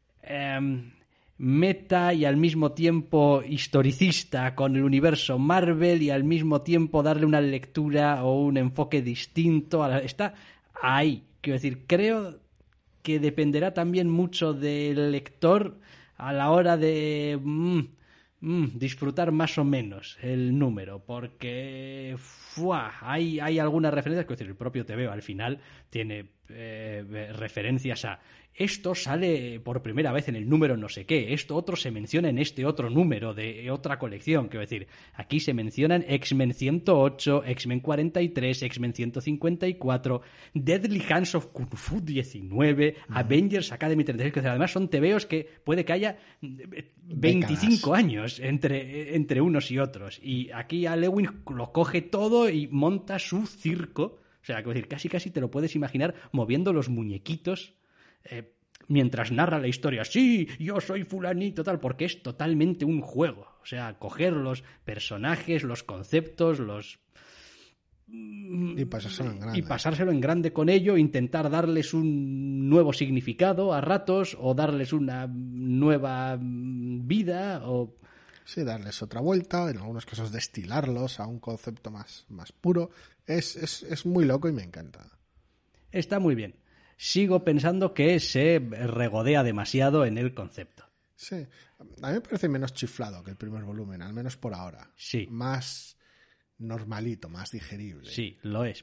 eh, meta y al mismo tiempo historicista con el universo Marvel y al mismo tiempo darle una lectura o un enfoque distinto. A la... está ahí. Quiero decir, creo que dependerá también mucho del lector a la hora de... Mm, Mm, disfrutar más o menos el número, porque ¡fua! hay, hay algunas referencias, que decir, el propio T V O al final tiene eh, referencias a esto sale por primera vez en el número no sé qué, esto otro se menciona en este otro número de otra colección. Quiero decir, aquí se mencionan X-Men ciento ocho, X-Men cuarenta y tres, X-Men ciento cincuenta y cuatro, Deadly Hands of Kung Fu diecinueve, uh-huh. Avengers Academy treinta y seis, que además son tebeos que puede que haya veinticinco Décadas. Años entre, entre unos y otros. Y aquí a Lewin lo coge todo y monta su circo. O sea, quiero decir, casi casi te lo puedes imaginar moviendo los muñequitos Eh, mientras narra la historia. Sí, yo soy fulanito, tal, porque es totalmente un juego. O sea, coger los personajes, los conceptos, los... Y pasárselo en grande. Y pasárselo en grande con ello, intentar darles un nuevo significado a ratos, o darles una nueva vida, o... Sí, darles otra vuelta, en algunos casos destilarlos a un concepto más, más puro. Es, es, es muy loco y me encanta. Está muy bien. Sigo pensando que se regodea demasiado en el concepto. Sí, a mí me parece menos chiflado que el primer volumen, al menos por ahora. Sí. Más normalito, más digerible. Sí, lo es.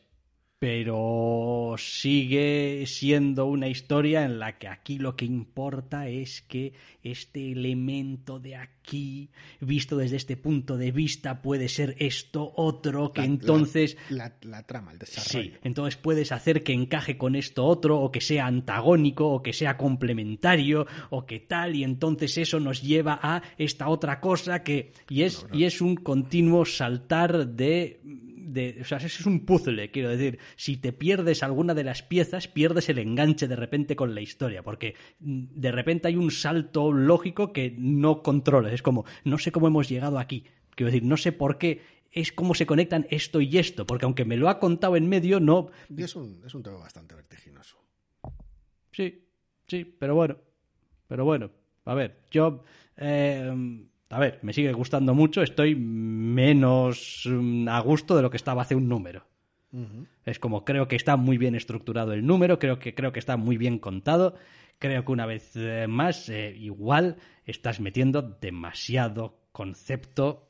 Pero sigue siendo una historia en la que aquí lo que importa es que este elemento de aquí, visto desde este punto de vista, puede ser esto otro, que la, entonces... La, la, la trama, el desarrollo. Sí, entonces puedes hacer que encaje con esto otro, o que sea antagónico, o que sea complementario, o que tal, y entonces eso nos lleva a esta otra cosa que... Y es, no, no. Y es un continuo saltar de... De, o sea, eso es un puzzle, quiero decir. Si te pierdes alguna de las piezas, pierdes el enganche de repente con la historia, porque de repente hay un salto lógico que no controlas. Es como, no sé cómo hemos llegado aquí. Quiero decir, no sé por qué, es cómo se conectan esto y esto, porque aunque me lo ha contado en medio, no... Y es un, es un tema bastante vertiginoso. Sí, sí, pero bueno. Pero bueno, a ver, yo... Eh, A ver, me sigue gustando mucho, estoy menos a gusto de lo que estaba hace un número. Uh-huh. Es como, creo que está muy bien estructurado el número, creo que, creo que está muy bien contado, creo que una vez más, eh, igual, estás metiendo demasiado concepto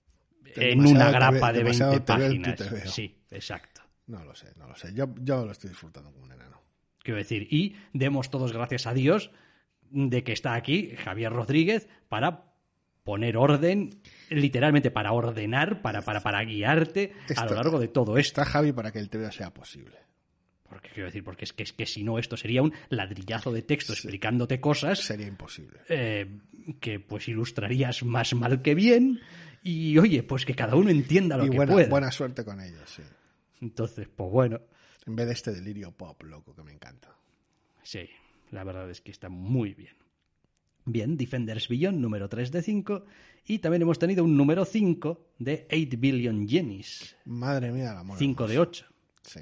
en demasiado una grapa de veinte páginas. Sí, exacto. No lo sé, no lo sé. Yo, yo lo estoy disfrutando como un enano. Quiero decir, y demos todos gracias a Dios de que está aquí Javier Rodríguez para... poner orden, literalmente para ordenar, para, para, para guiarte está, a lo largo de todo esto. Está Javi para que el T V O sea posible. Porque quiero decir, porque es que, es que si no, esto sería un ladrillazo de texto sí. explicándote cosas. Sería imposible. Eh, que pues ilustrarías más mal que bien. Y oye, pues que cada uno entienda lo y que buena, pueda. Buena suerte con ello, sí. Entonces, pues bueno. En vez de este delirio pop loco que me encanta. Sí, la verdad es que está muy bien. Bien, Defenders Beyond, número tres de cinco. Y también hemos tenido un número cinco de ocho billion Jennies. Madre mía, el amor. cinco de ocho. Sí.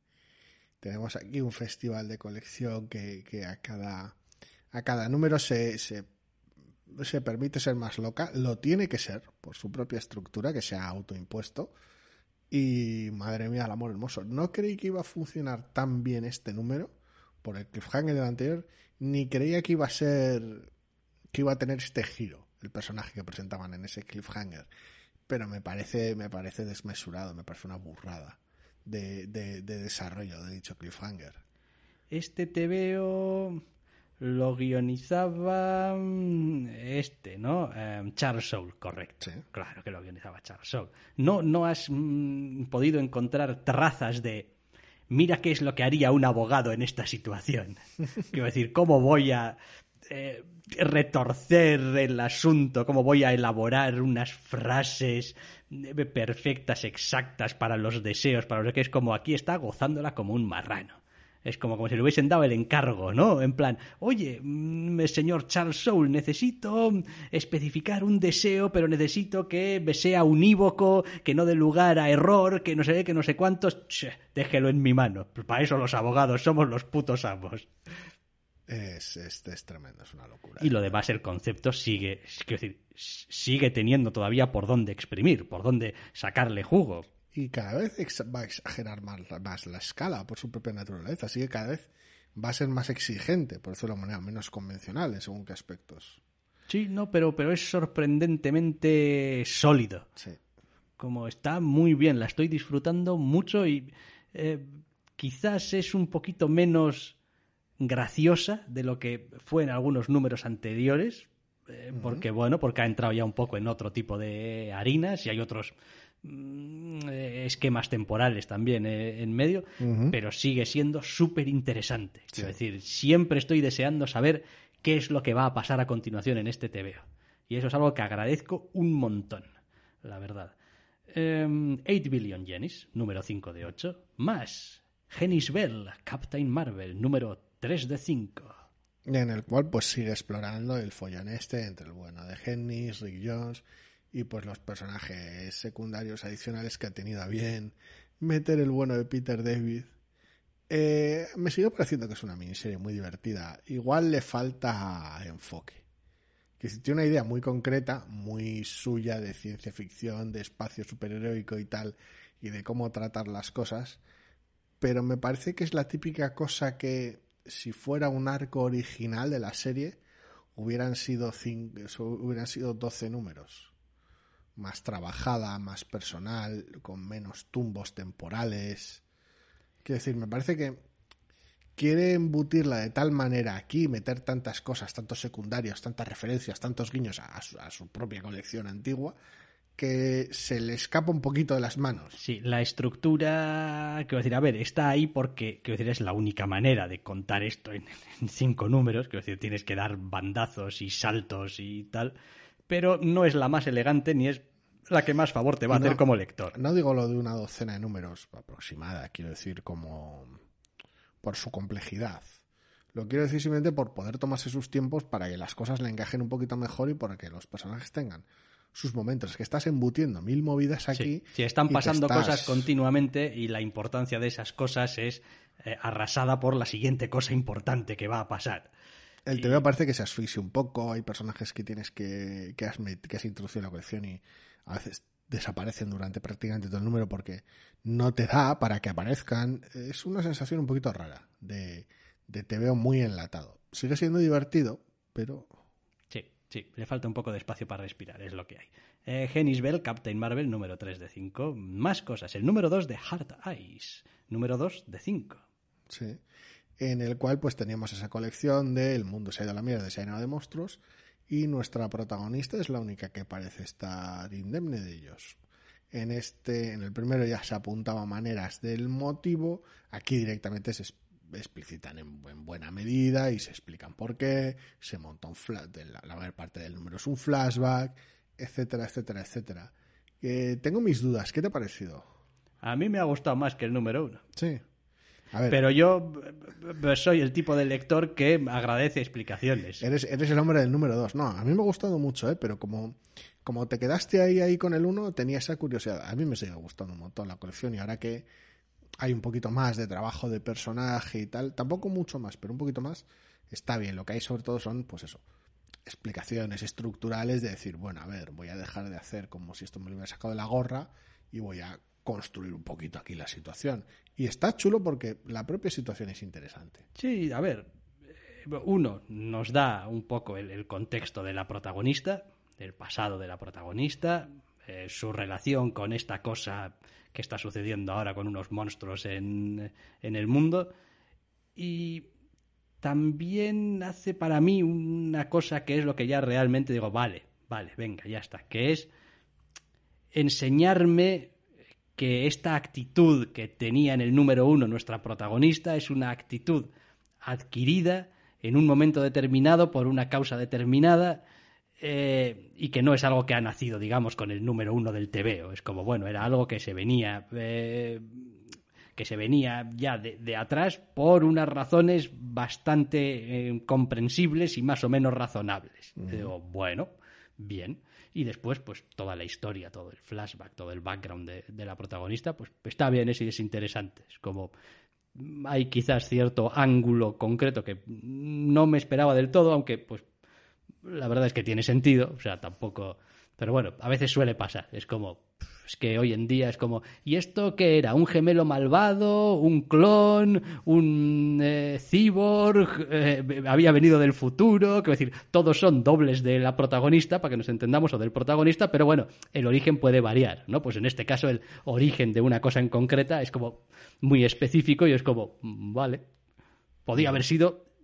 Tenemos aquí un festival de colección que, que a cada a cada número se, se, se permite ser más loca. Lo tiene que ser, por su propia estructura, que sea autoimpuesto. Y madre mía, el amor hermoso. No creí que iba a funcionar tan bien este número por el cliffhanger del anterior, ni creía que iba a ser... que iba a tener este giro el personaje que presentaban en ese cliffhanger, pero me parece me parece desmesurado, me parece una burrada de, de, de desarrollo de dicho cliffhanger. Este te veo lo guionizaba este, ¿no? Um, Charles Soule, correcto. Sí. Claro que lo guionizaba Charles Soule. No, no has mm, podido encontrar trazas de mira qué es lo que haría un abogado en esta situación. Quiero decir, ¿cómo voy a Eh, retorcer el asunto, cómo voy a elaborar unas frases perfectas, exactas para los deseos, para lo que es como aquí está gozándola como un marrano. Es como, como si le hubiesen dado el encargo, ¿no? En plan, oye, señor Charles Soule, necesito especificar un deseo, pero necesito que sea unívoco, que no dé lugar a error, que no sé qué, que no sé cuántos. Che, déjelo en mi mano. Para eso los abogados somos los putos amos. Es, es, es tremendo, es una locura. Y lo demás, el concepto sigue, es decir, sigue teniendo todavía por dónde exprimir, por dónde sacarle jugo. Y cada vez va a exagerar más, más la escala por su propia naturaleza, así que cada vez va a ser más exigente, por decirlo de una manera menos convencional en según qué aspectos. Sí, no, pero, pero es sorprendentemente sólido. Sí. Como está muy bien, la estoy disfrutando mucho y eh, quizás es un poquito menos graciosa de lo que fue en algunos números anteriores, eh, porque bueno, porque ha entrado ya un poco en otro tipo de harinas y hay otros mm, esquemas temporales también eh, en medio, uh-huh. pero sigue siendo súper interesante. Sí. Quiero decir, siempre estoy deseando saber qué es lo que va a pasar a continuación en este T V O. Y eso es algo que agradezco un montón, la verdad. Um, ocho billion yenis, número cinco de ocho. Más Genis Bell, Captain Marvel, número tres de cinco. En el cual pues sigue explorando el follón este entre el bueno de Genis, Rick Jones y pues los personajes secundarios adicionales que ha tenido a bien meter el bueno de Peter David. Eh, me sigue pareciendo que es una miniserie muy divertida. Igual le falta enfoque. Que tiene una idea muy concreta, muy suya de ciencia ficción, de espacio superheroico y tal, y de cómo tratar las cosas, pero me parece que es la típica cosa que, si fuera un arco original de la serie, hubieran sido, cinco, hubieran sido doce números. Más trabajada, más personal, con menos tumbos temporales. Quiero decir, me parece que quiere embutirla de tal manera aquí, meter tantas cosas, tantos secundarios, tantas referencias, tantos guiños a su, a su propia colección antigua, que se le escapa un poquito de las manos. Sí, la estructura, quiero decir, a ver, está ahí porque, quiero decir, es la única manera de contar esto en, en cinco números, quiero decir, tienes que dar bandazos y saltos y tal, pero no es la más elegante ni es la que más favor te va a no, hacer como lector. No digo lo de una docena de números aproximada, quiero decir, como por su complejidad. Lo quiero decir simplemente por poder tomarse sus tiempos para que las cosas le encajen un poquito mejor y para que los personajes tengan sus momentos. Es que estás embutiendo mil movidas aquí. Sí, sí están pasando estás... cosas continuamente y la importancia de esas cosas es eh, arrasada por la siguiente cosa importante que va a pasar. El y... T V O parece que se asfixia un poco. Hay personajes que tienes que, que, has, que has introducido en la colección y a veces desaparecen durante prácticamente todo el número porque no te da para que aparezcan. Es una sensación un poquito rara de, de T V O muy enlatado. Sigue siendo divertido, pero... Sí, sí, le falta un poco de espacio para respirar, es lo que hay. Eh, Genis Bell, Captain Marvel, número tres de cinco. Más cosas. El número dos de Hard Eyes, número dos de cinco. Sí, en el cual pues teníamos esa colección de El mundo se ha ido a la mierda, se ha llenado de monstruos, y nuestra protagonista es la única que parece estar indemne de ellos. En este, en el primero ya se apuntaba maneras del motivo, aquí directamente se explicitan en, en buena medida y se explican por qué, se monta un flash, la, la mayor parte del número es un flashback, etcétera, etcétera, etcétera. Eh, tengo mis dudas, ¿qué te ha parecido? A mí me ha gustado más que el número uno. Sí. A ver, pero yo soy el tipo de lector que agradece explicaciones. Eres, eres el hombre del número dos. No, a mí me ha gustado mucho, ¿eh? Pero como, como te quedaste ahí, ahí con el uno, tenía esa curiosidad. A mí me sigue gustando un montón la colección y ahora que hay un poquito más de trabajo de personaje y tal, tampoco mucho más, pero un poquito más, está bien. Lo que hay sobre todo son, pues eso, explicaciones estructurales de decir, bueno, a ver, voy a dejar de hacer como si esto me lo hubiera sacado de la gorra y voy a construir un poquito aquí la situación. Y está chulo porque la propia situación es interesante. Sí, a ver, uno, nos da un poco el, el contexto de la protagonista, el pasado de la protagonista, eh, su relación con esta cosa que está sucediendo ahora con unos monstruos en, en el mundo, y también hace para mí una cosa que es lo que ya realmente digo, vale, vale, venga, ya está, que es enseñarme que esta actitud que tenía en el número uno nuestra protagonista es una actitud adquirida en un momento determinado por una causa determinada eh, y que no es algo que ha nacido, digamos, con el número uno del T V O. Es como, bueno, era algo que se venía eh, que se venía ya de, de atrás por unas razones bastante eh, comprensibles y más o menos razonables. Uh-huh. Digo, bueno, bien. Y después, pues, toda la historia, todo el flashback, todo el background de, de la protagonista, pues está bien, es, es interesante. Es como, hay quizás cierto ángulo concreto que no me esperaba del todo, aunque, pues, la verdad es que tiene sentido, o sea, tampoco... Pero bueno, a veces suele pasar, es como... Es que hoy en día es como... ¿Y esto qué era? ¿Un gemelo malvado? ¿Un clon? ¿Un eh, cyborg? Eh, ¿Había venido del futuro? Quiero decir, todos son dobles de la protagonista, para que nos entendamos, o del protagonista, pero bueno, el origen puede variar, ¿no? Pues en este caso el origen de una cosa en concreta es como muy específico y es como, vale, podía haber sido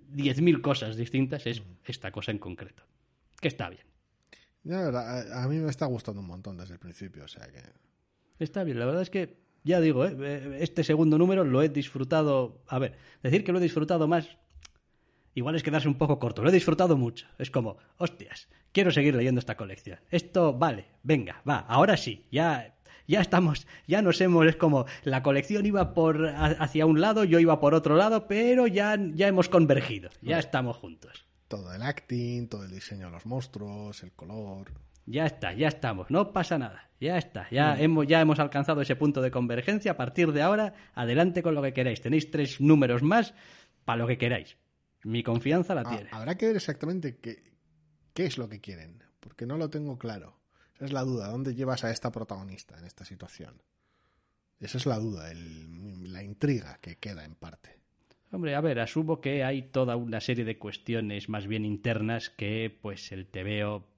diez mil cosas distintas, es esta cosa en concreto. Que está bien. Ya, a, a mí me está gustando un montón desde el principio, o sea que... Está bien, la verdad es que, ya digo, ¿eh? Este segundo número lo he disfrutado... A ver, decir que lo he disfrutado más, igual es quedarse un poco corto. Lo he disfrutado mucho. Es como, hostias, quiero seguir leyendo esta colección. Esto, vale, venga, va, ahora sí, ya... Ya estamos, ya nos hemos, es como, la colección iba por hacia un lado, yo iba por otro lado, pero ya, ya hemos convergido, ya bueno, estamos juntos. Todo el acting, todo el diseño de los monstruos, el color... Ya está, ya estamos, no pasa nada, ya está, ya, mm. hemos, ya hemos alcanzado ese punto de convergencia. A partir de ahora, adelante con lo que queráis. Tenéis tres números más para lo que queráis. Mi confianza la ah, tiene. Habrá que ver exactamente qué, qué es lo que quieren, porque no lo tengo claro. Esa es la duda, ¿dónde llevas a esta protagonista en esta situación? Esa es la duda, el, la intriga que queda en parte. Hombre, a ver, asumo que hay toda una serie de cuestiones más bien internas que pues el tebeo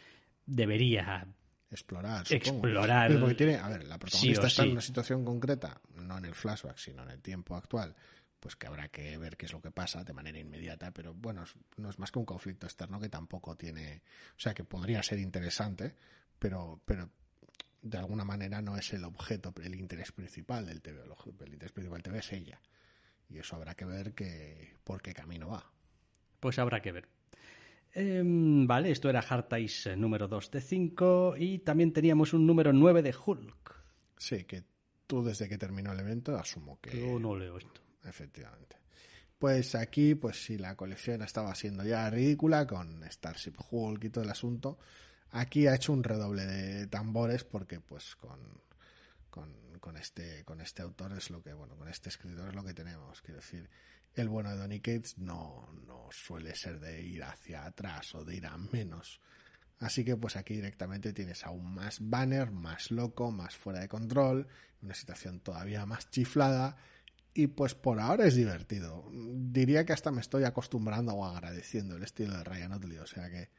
debería explorar, supongo. Explorar. Pero porque tiene, a ver, la protagonista sí está sí. en una situación concreta, no en el flashback, sino en el tiempo actual, pues que habrá que ver qué es lo que pasa de manera inmediata, pero bueno, no es más que un conflicto externo que tampoco tiene, o sea, que podría ser interesante, pero, pero de alguna manera no es el objeto, el interés principal del T V. El interés principal del T V es ella. Y eso habrá que ver que, por qué camino va. Pues habrá que ver. Eh, vale, esto era Hard Ties número dos de cinco y también teníamos un número nueve de Hulk. Sí, que tú desde que terminó el evento asumo que... Yo no leo esto. Efectivamente. Pues aquí, pues sí, la colección estaba siendo ya ridícula con Starship Hulk y todo el asunto. Aquí ha hecho un redoble de tambores porque pues con, con, con, este, con este autor es lo que, bueno, con este escritor es lo que tenemos. Quiero decir, el bueno de Donny Cates no, no suele ser de ir hacia atrás o de ir a menos. Así que pues aquí directamente tienes aún más banner, más loco, más fuera de control, una situación todavía más chiflada y pues por ahora es divertido. Diría que hasta me estoy acostumbrando o agradeciendo el estilo de Ryan Ottley, o sea que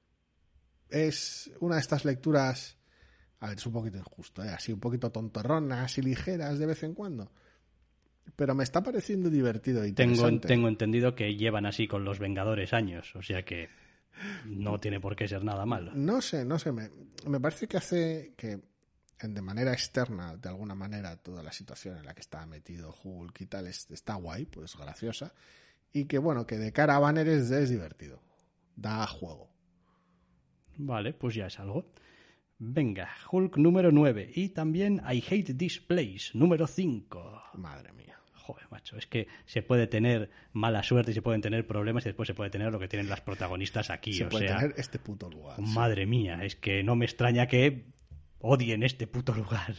es una de estas lecturas, a ver, es un poquito injusto, ¿eh? Así un poquito tontorronas y ligeras de vez en cuando, pero me está pareciendo divertido e interesante. Tengo, tengo entendido que llevan así con los Vengadores años, o sea que no tiene por qué ser nada malo. No sé, no sé, me, me parece que hace que de manera externa, de alguna manera, toda la situación en la que está metido Hulk y tal es, está guay, pues graciosa, y que bueno, que de cara a banners es divertido, da juego. Vale, pues ya es algo. Venga, Hulk número nueve. Y también I Hate This Place, número cinco. Madre mía. Joder, macho, es que se puede tener mala suerte y se pueden tener problemas y después se puede tener lo que tienen las protagonistas aquí. Se o puede sea, tener este puto lugar. Madre sí. mía, es que no me extraña que odien este puto lugar.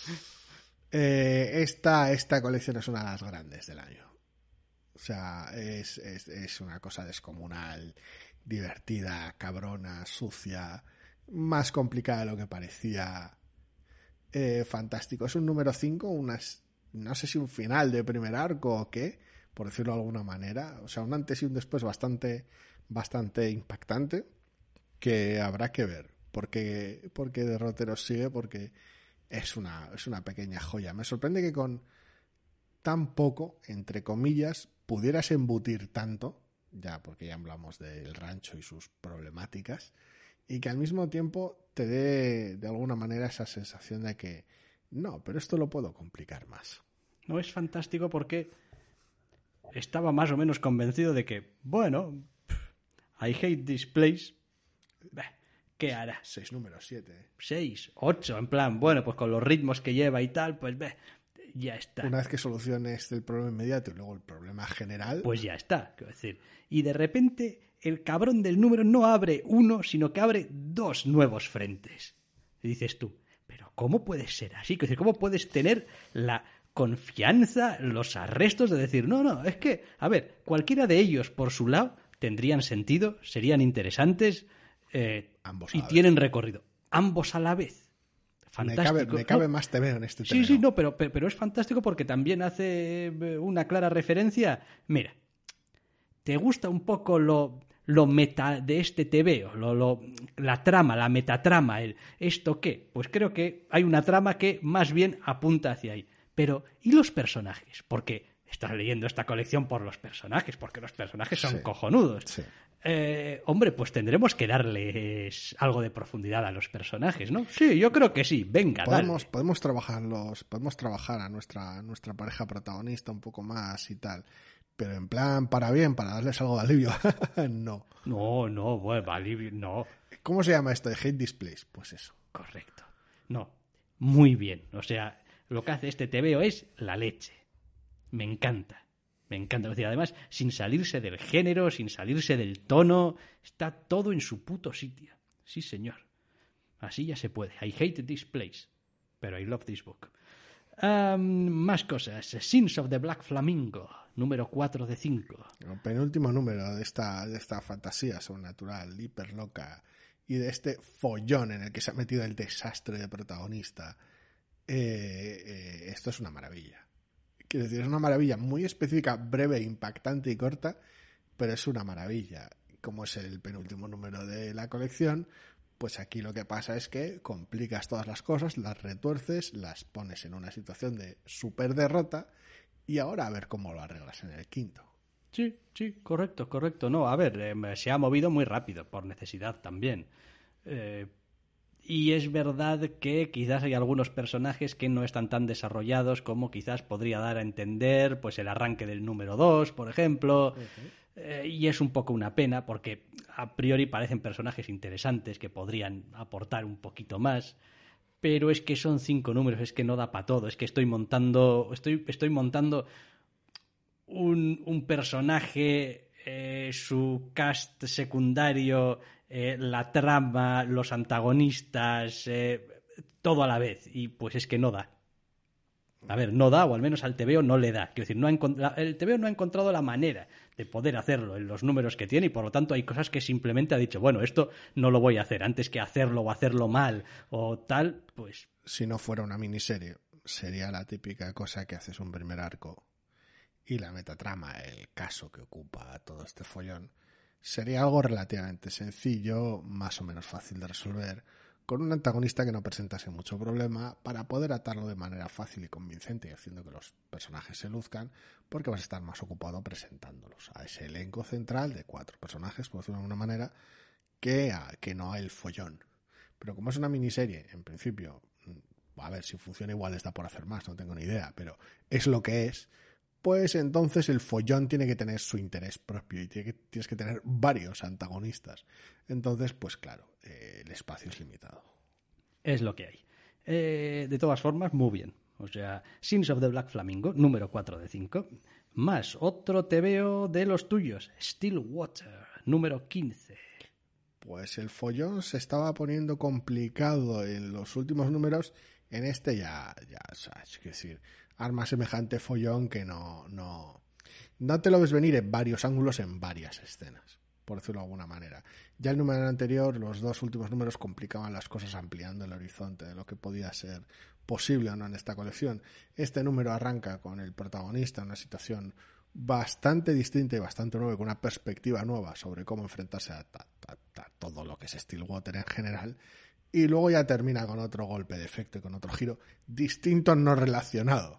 Eh, esta, esta colección es una de las grandes del año. O sea, es, es, es una cosa descomunal, divertida, cabrona, sucia, más complicada de lo que parecía. Eh, fantástico. Es un número cinco, unas, no sé si un final de primer arco o qué, por decirlo de alguna manera. O sea, un antes y un después bastante, bastante impactante, que habrá que ver. Porque, porque Derroteros sigue, porque es una, es una pequeña joya. Me sorprende que con tan poco, entre comillas, pudieras embutir tanto, ya porque ya hablamos del rancho y sus problemáticas, y que al mismo tiempo te dé de alguna manera esa sensación de que no, pero esto lo puedo complicar más. No, es fantástico porque estaba más o menos convencido de que, bueno, I hate this place, ¿qué hará? Seis números, siete. Seis, ocho, en plan, bueno, pues con los ritmos que lleva y tal, pues ve, ya está. Una vez que soluciones el problema inmediato y luego el problema general, pues ya está, quiero decir. Y de repente el cabrón del número no abre uno, sino que abre dos nuevos frentes. Y dices tú, pero ¿cómo puede ser así? Quiero decir, ¿cómo puedes tener la confianza, los arrestos de decir, no, no, es que, a ver, cualquiera de ellos por su lado tendrían sentido, serían interesantes, eh, ambos a y la tienen vez. recorrido. Ambos a la vez. Fantástico. Me cabe, me cabe ¿no? más te veo en este Sí, terreno. sí, no, pero, pero es fantástico porque también hace una clara referencia. Mira, ¿te gusta un poco lo, lo meta de este tebeo? Lo, lo, la trama, la metatrama, el ¿esto qué? Pues creo que hay una trama que más bien apunta hacia ahí. Pero, ¿y los personajes? Porque estás leyendo esta colección por los personajes, porque los personajes son Sí. cojonudos. Sí. Eh, hombre, pues tendremos que darles algo de profundidad a los personajes, ¿no? Sí, yo creo que sí. Venga, Podemos, dale. podemos trabajarlos, podemos trabajar a nuestra, nuestra pareja protagonista un poco más y tal. Pero en plan, para bien, para darles algo de alivio. No. No, no, bueno, alivio, no. ¿Cómo se llama esto de hate displays? Pues eso. Correcto. No, muy bien. O sea, lo que hace este T V O es la leche. Me encanta. Me encanta. Es decir, además, sin salirse del género, sin salirse del tono, está todo en su puto sitio. Sí, señor. Así ya se puede. I hate this place, pero I love this book. Um, más cosas. Sins of the Black Flamingo, número cuatro de cinco. El penúltimo número de esta, de esta fantasía sobrenatural, hiper loca, y de este follón en el que se ha metido el desastre de protagonista. Eh, eh, esto es una maravilla. Quiero decir, es una maravilla muy específica, breve, impactante y corta, pero es una maravilla. Como es el penúltimo número de la colección, pues aquí lo que pasa es que complicas todas las cosas, las retuerces, las pones en una situación de súper derrota y ahora a ver cómo lo arreglas en el quinto. Sí, sí, correcto, correcto. No, a ver, eh, se ha movido muy rápido, por necesidad también. Eh, y es verdad que quizás hay algunos personajes que no están tan desarrollados como quizás podría dar a entender, pues el arranque del número dos, por ejemplo. Uh-huh. Eh, y es un poco una pena porque a priori parecen personajes interesantes que podrían aportar un poquito más. Pero es que son cinco números, es que no da para todo. Es que estoy montando, estoy, estoy montando un, un personaje, eh, su cast secundario, eh, la trama, los antagonistas, eh, todo a la vez. Y pues es que no da. A ver, no da, o al menos al T V O no le da. Quiero decir, no ha encont- el T V O no ha encontrado la manera de poder hacerlo en los números que tiene y por lo tanto hay cosas que simplemente ha dicho, bueno, esto no lo voy a hacer. Antes que hacerlo o hacerlo mal o tal, pues... Si no fuera una miniserie, sería la típica cosa que haces un primer arco y la metatrama, el caso que ocupa todo este follón, sería algo relativamente sencillo, más o menos fácil de resolver, con un antagonista que no presentase mucho problema para poder atarlo de manera fácil y convincente y haciendo que los personajes se luzcan, porque vas a estar más ocupado presentándolos a ese elenco central de cuatro personajes, por decirlo de alguna manera, que, a, que no a el follón. Pero como es una miniserie, en principio, a ver, si funciona igual está por hacer más, no tengo ni idea, pero es lo que es, pues entonces el follón tiene que tener su interés propio y tiene que, tienes que tener varios antagonistas. Entonces, pues claro, eh, el espacio es limitado. Es lo que hay. Eh, de todas formas, muy bien. O sea, Sins of the Black Flamingo, número cuatro de cinco. Más otro T V O de los tuyos, Stillwater, número quince. Pues el follón se estaba poniendo complicado en los últimos números. En este ya, ya, o sea, es decir, arma semejante follón que no, no, no te lo ves venir en varios ángulos, en varias escenas, por decirlo de alguna manera. Ya el número anterior, los dos últimos números complicaban las cosas ampliando el horizonte de lo que podía ser posible o no en esta colección. Este número arranca con el protagonista en una situación bastante distinta y bastante nueva, con una perspectiva nueva sobre cómo enfrentarse a, a, a, a todo lo que es Stillwater en general. Y luego ya termina con otro golpe de efecto y con otro giro distinto, no relacionado.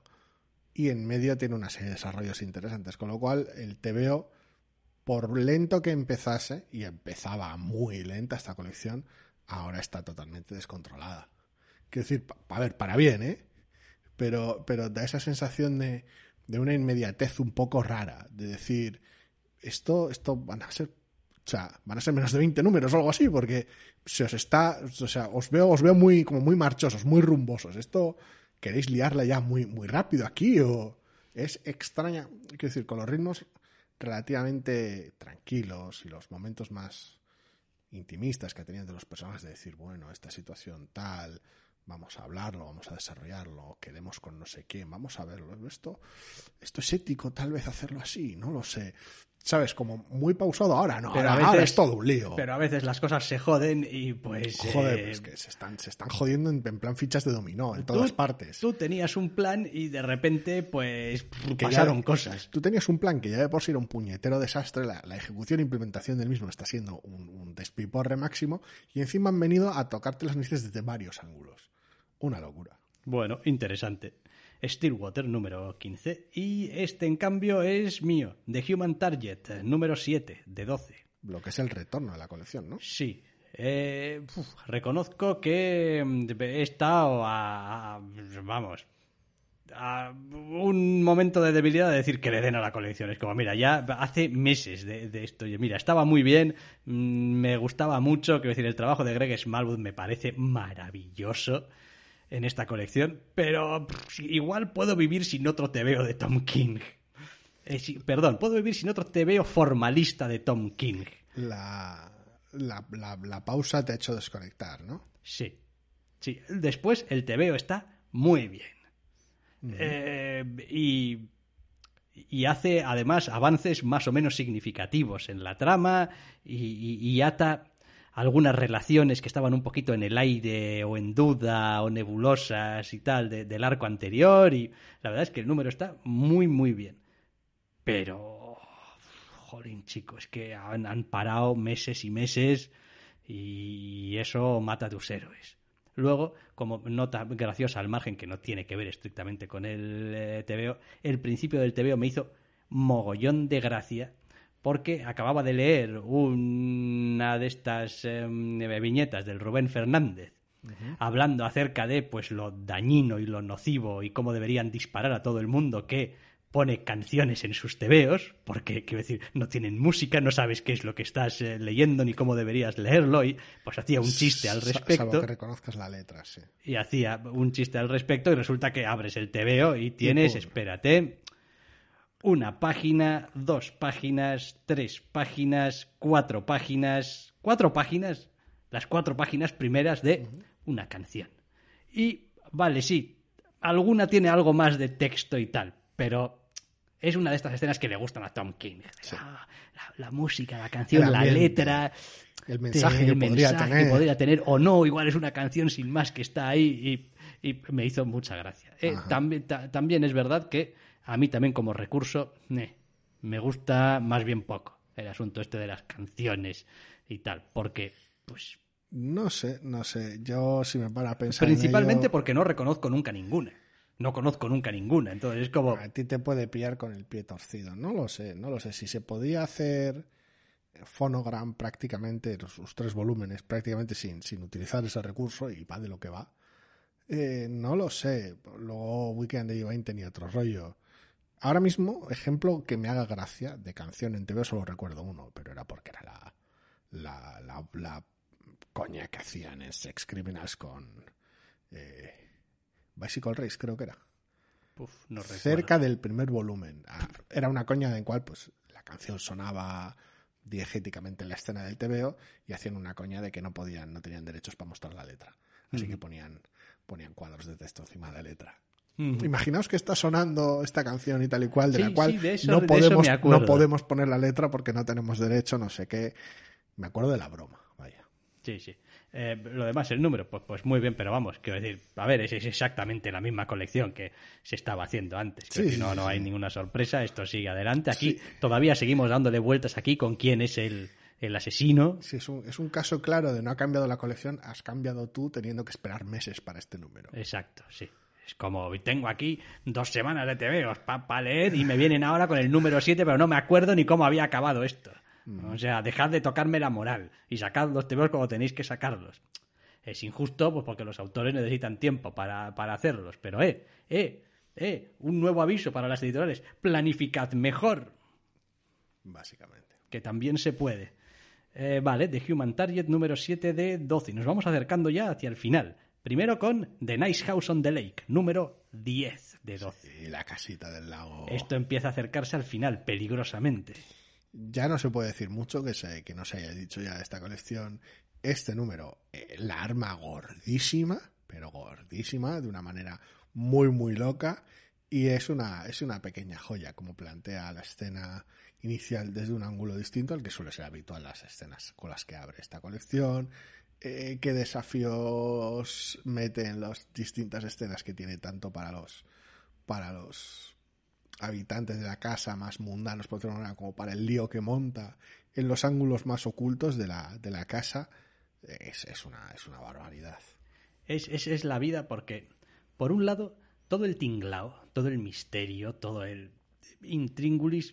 Y en medio tiene una serie de desarrollos interesantes. Con lo cual, el T V O, por lento que empezase, y empezaba muy lenta esta colección, ahora está totalmente descontrolada. Quiero decir, a ver, para bien, ¿eh? Pero, pero da esa sensación de, de una inmediatez un poco rara. De decir, esto, esto van a ser... O sea, van a ser menos de veinte números o algo así, porque se os está, o sea, os veo, os veo muy, como muy marchosos, muy rumbosos. Esto, ¿queréis liarla ya muy, muy rápido aquí? O es extraña, quiero decir, con los ritmos relativamente tranquilos y los momentos más intimistas que tenían de los personajes de decir, bueno, esta situación tal, vamos a hablarlo, vamos a desarrollarlo, quedemos con no sé quién, vamos a verlo. Esto, esto es ético tal vez hacerlo así, no lo sé. ¿Sabes? Como muy pausado ahora, no, pero ahora, a veces, ahora es todo un lío. Pero a veces las cosas se joden y pues... Joder, eh, pues que se están, se están jodiendo en, en plan fichas de dominó, en todas tú, partes. Tú tenías un plan y de repente, pues, que pasaron ya, cosas. Tú tenías un plan que ya de por sí era un puñetero desastre, la, la ejecución e implementación del mismo está siendo un, un despiporre máximo, y encima han venido a tocarte las narices desde varios ángulos. Una locura. Bueno, interesante. Stillwater, número quince. Y este, en cambio, es mío, The Human Target, número siete, de doce. Lo que es el retorno de la colección, ¿no? Sí. Eh, uf, reconozco que he estado a, a, vamos, a un momento de debilidad de decir que le den a la colección. Es como, mira, ya hace meses de, de esto. Mira, estaba muy bien, me gustaba mucho, quiero decir, el trabajo de Greg Smallwood me parece maravilloso en esta colección, pero pff, igual puedo vivir sin otro tebeo de Tom King. Eh, sí, perdón, puedo vivir sin otro tebeo formalista de Tom King. La... La, la, la pausa te ha hecho desconectar, ¿no? Sí, sí. Después el tebeo está muy bien. Uh-huh. Eh, y, y hace además avances más o menos significativos en la trama y, y, y ata algunas relaciones que estaban un poquito en el aire o en duda o nebulosas y tal de, del arco anterior, y la verdad es que el número está muy muy bien. Pero... Jolín, chicos, es que han, han parado meses y meses y eso mata a tus héroes. Luego, como nota graciosa al margen, que no tiene que ver estrictamente con el eh, tebeo, el principio del tebeo me hizo mogollón de gracia porque acababa de leer una de estas eh, viñetas del Rubén Fernández, uh-huh, hablando acerca de pues lo dañino y lo nocivo y cómo deberían disparar a todo el mundo que pone canciones en sus tebeos, porque, quiero decir, no tienen música, no sabes qué es lo que estás eh, leyendo ni cómo deberías leerlo, y pues hacía un chiste al respecto. Salvo que reconozcas la letra, sí. Y hacía un chiste al respecto y resulta que abres el tebeo y tienes, y espérate, una página, dos páginas, tres páginas, cuatro páginas, cuatro páginas, las cuatro páginas primeras de uh-huh, una canción. Y, vale, sí, alguna tiene algo más de texto y tal, pero es una de estas escenas que le gustan a Tom King. Sí. La, la, la música, la canción, la letra, el mensaje, el que, podría mensaje tener. que podría tener, o no, igual es una canción sin más que está ahí, y, y me hizo mucha gracia. Eh, también, ta, también es verdad que a mí también como recurso eh, me gusta más bien poco el asunto este de las canciones y tal, porque pues... No sé, no sé, yo si me paro a pensar principalmente en ello, porque no reconozco nunca ninguna. No conozco nunca ninguna, entonces es como... A ti te puede pillar con el pie torcido, no lo sé, no lo sé. Si se podía hacer Phonogram prácticamente, sus tres volúmenes prácticamente sin, sin utilizar ese recurso, y va de lo que va, eh, no lo sé. Luego Weekend de Divine tenía otro rollo. Ahora mismo, ejemplo que me haga gracia de canción en T V, solo recuerdo uno, pero era porque era la, la, la, la coña que hacían en Sex Criminals con... Eh, Bicycle Race, creo que era. Uf, no recuerdo. Cerca del primer volumen. Era una coña en la cual pues, la canción sonaba diegéticamente en la escena del tebeo y hacían una coña de que no podían, no tenían derechos para mostrar la letra. Así uh-huh, que ponían, ponían cuadros de texto encima de la letra. Uh-huh. Imaginaos que está sonando esta canción y tal y cual, de sí, la cual sí, de eso, no, de podemos, eso no podemos poner la letra porque no tenemos derecho, no sé qué. Me acuerdo de la broma, vaya. Sí, sí. Eh, lo demás, el número, pues, pues muy bien, pero vamos, quiero decir, a ver, es, es exactamente la misma colección que se estaba haciendo antes. Sí, sí, no, no sí. hay ninguna sorpresa, esto sigue adelante. Aquí sí. Todavía seguimos dándole vueltas aquí con quién es el, el asesino. Sí, es un, es un caso claro de no ha cambiado la colección, has cambiado tú teniendo que esperar meses para este número. Exacto, sí. Es como, tengo aquí dos semanas de tebeos para pa leer y me vienen ahora con el número siete, pero no me acuerdo ni cómo había acabado esto. O sea, dejad de tocarme la moral y sacad los tebeos como tenéis que sacarlos. Es injusto, pues porque los autores necesitan tiempo para, para hacerlos. Pero, eh, eh, eh, un nuevo aviso para las editoriales. Planificad mejor. Básicamente. Que también se puede. Eh, vale, The Human Target número siete de doce. Nos vamos acercando ya hacia el final. Primero con The Nice House on the Lake, número diez de doce. Sí, la casita del lago. Esto empieza a acercarse al final, peligrosamente. Ya no se puede decir mucho que, se, que no se haya dicho ya de esta colección. Este número, eh, la arma gordísima, pero gordísima, de una manera muy, muy loca. Y es una, es una pequeña joya, como plantea la escena inicial desde un ángulo distinto al que suele ser habitual las escenas con las que abre esta colección. Eh, qué desafíos mete en las distintas escenas que tiene tanto para los, para los habitantes de la casa más mundanos, por decirlo de alguna manera, como para el lío que monta en los ángulos más ocultos de la, de la casa. Es, es, una, es una barbaridad. Es, es, es la vida porque, por un lado, todo el tinglao, todo el misterio, todo el intríngulis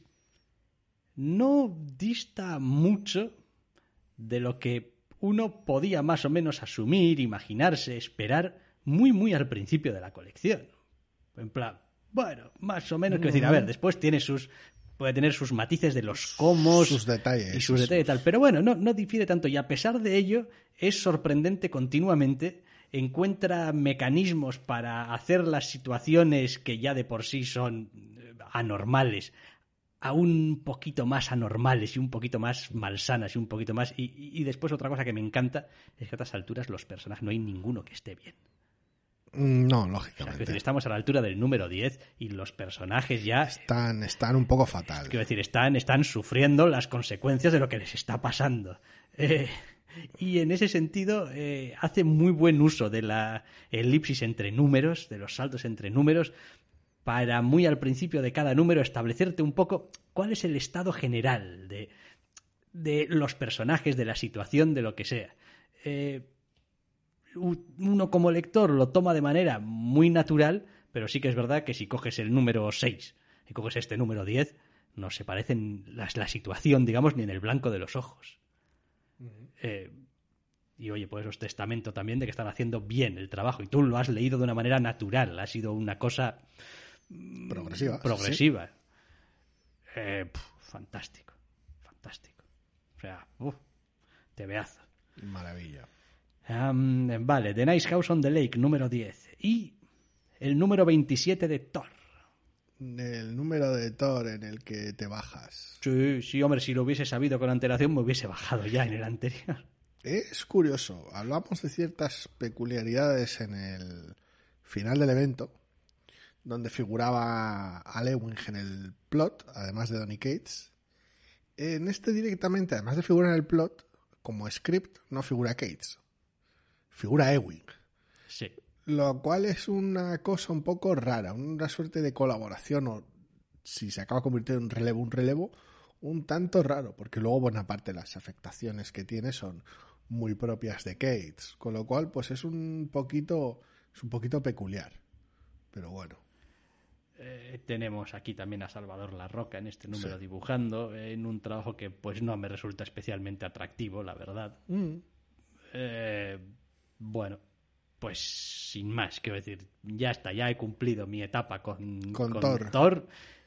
no dista mucho de lo que uno podía más o menos asumir, imaginarse, esperar muy, muy al principio de la colección. En plan, bueno, más o menos, quiero decir, a ver, después tiene sus... puede tener sus matices de los cómo, sus detalles y sus detalles y tal, pero bueno, no, no difiere tanto, y a pesar de ello es sorprendente continuamente, encuentra mecanismos para hacer las situaciones que ya de por sí son anormales aún un poquito más anormales y un poquito más malsanas y un poquito más... Y, y, y después otra cosa que me encanta es que a otras alturas los personajes no hay ninguno que esté bien. No, O lógicamente. sea, decir, estamos a la altura del número diez y los personajes ya... Están, están un poco fatal. Quiero decir, están, están sufriendo las consecuencias de lo que les está pasando. Eh, y en ese sentido eh, hace muy buen uso de la elipsis entre números, de los saltos entre números, para muy al principio de cada número establecerte un poco cuál es el estado general de, de los personajes, de la situación, de lo que sea. Eh, uno como lector lo toma de manera muy natural, pero sí que es verdad que si coges el número seis y coges este número diez, no se parecen la, la situación, digamos, ni en el blanco de los ojos. Uh-huh. Eh, y oye, pues es testamento también de que están haciendo bien el trabajo y tú lo has leído de una manera natural, ha sido una cosa progresiva. progresiva. Sí. Eh, puf, fantástico, fantástico. O sea, uf, tebeazo. Maravilla. Um, vale, The Nice House on the Lake, número diez. Y el número veintisiete de Thor. El número de Thor en el que te bajas. Sí, sí, hombre, si lo hubiese sabido con antelación me hubiese bajado ya en el anterior. Es curioso, hablamos de ciertas peculiaridades en el final del evento, donde figuraba a Lewin en el plot, además de Donny Cates. En este directamente, además de figurar en el plot, como script, no figura Cates. Figura Ewing. Sí. Lo cual es una cosa un poco rara, una suerte de colaboración, o si se acaba convirtiendo en un relevo, un relevo, un tanto raro, porque luego buena parte de las afectaciones que tiene son muy propias de Cates, con lo cual pues es un poquito, es un poquito peculiar. Pero bueno. Eh, tenemos aquí también a Salvador La Roca en este número, sí, dibujando, en un trabajo que pues no me resulta especialmente atractivo, la verdad. Mm. Eh, bueno, pues sin más, quiero decir, ya está, ya he cumplido mi etapa con, con, con Thor. Thor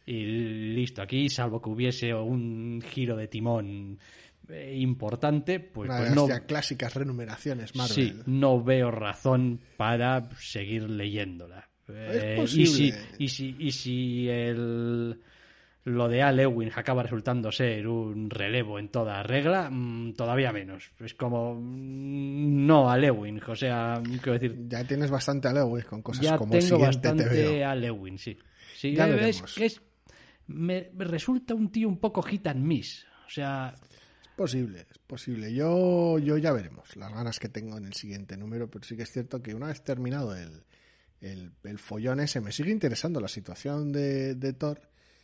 y listo, aquí, salvo que hubiese un giro de timón eh, importante, pues, Una pues de no... las clásicas renumeraciones Marvel. Sí, no veo razón para seguir leyéndola. Eh, es y si, posible. y si, y si el... lo de Al Ewing acaba resultando ser un relevo en toda regla, mmm, todavía menos. Es como, mmm, no Al Ewing, o sea, quiero decir... Ya tienes bastante Al Ewing con cosas ya como tengo siguiente bastante te veo. Al Ewing, sí. sí ya es, veremos. es, me, me resulta un tío un poco hit and miss. O sea... Es posible, es posible. Yo, yo ya veremos las ganas que tengo en el siguiente número, pero sí que es cierto que una vez terminado el, el, el follón ese, me sigue interesando la situación de, de Thor,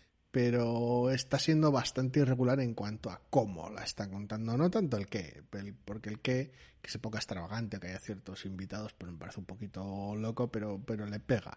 pero está siendo bastante irregular en cuanto a cómo la están contando, no tanto el qué, porque el qué, que se poca extravagante, que haya ciertos invitados, pero me parece un poquito loco, pero, pero le pega.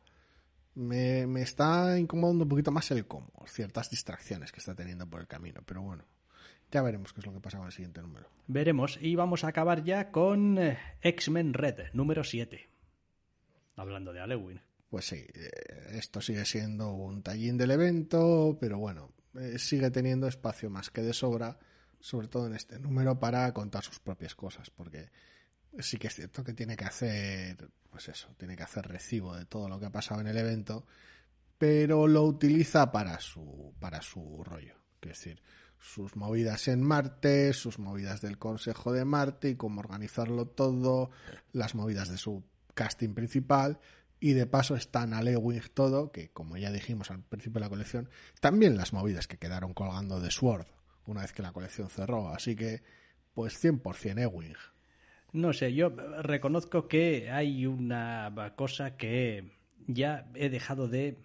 Me, me está incomodando un poquito más el cómo, ciertas distracciones que está teniendo por el camino, pero bueno, ya veremos qué es lo que pasa con el siguiente número. Veremos, y vamos a acabar ya con eh, X-Men Red, número siete. Hablando de Al Ewing. Pues sí, esto sigue siendo un tallín del evento, pero bueno, eh, sigue teniendo espacio más que de sobra, sobre todo en este número, para contar sus propias cosas, porque sí que es cierto que tiene que hacer, pues eso, tiene que hacer recibo de todo lo que ha pasado en el evento, pero lo utiliza para su, para su rollo, es decir, sus movidas en Marte, sus movidas del Consejo de Marte y cómo organizarlo todo, las movidas de su casting principal. Y de paso están a Ewing todo, que como ya dijimos al principio de la colección, también las movidas que quedaron colgando de Sword una vez que la colección cerró. Así que, pues cien por ciento Ewing. No sé, yo reconozco que hay una cosa que ya he dejado de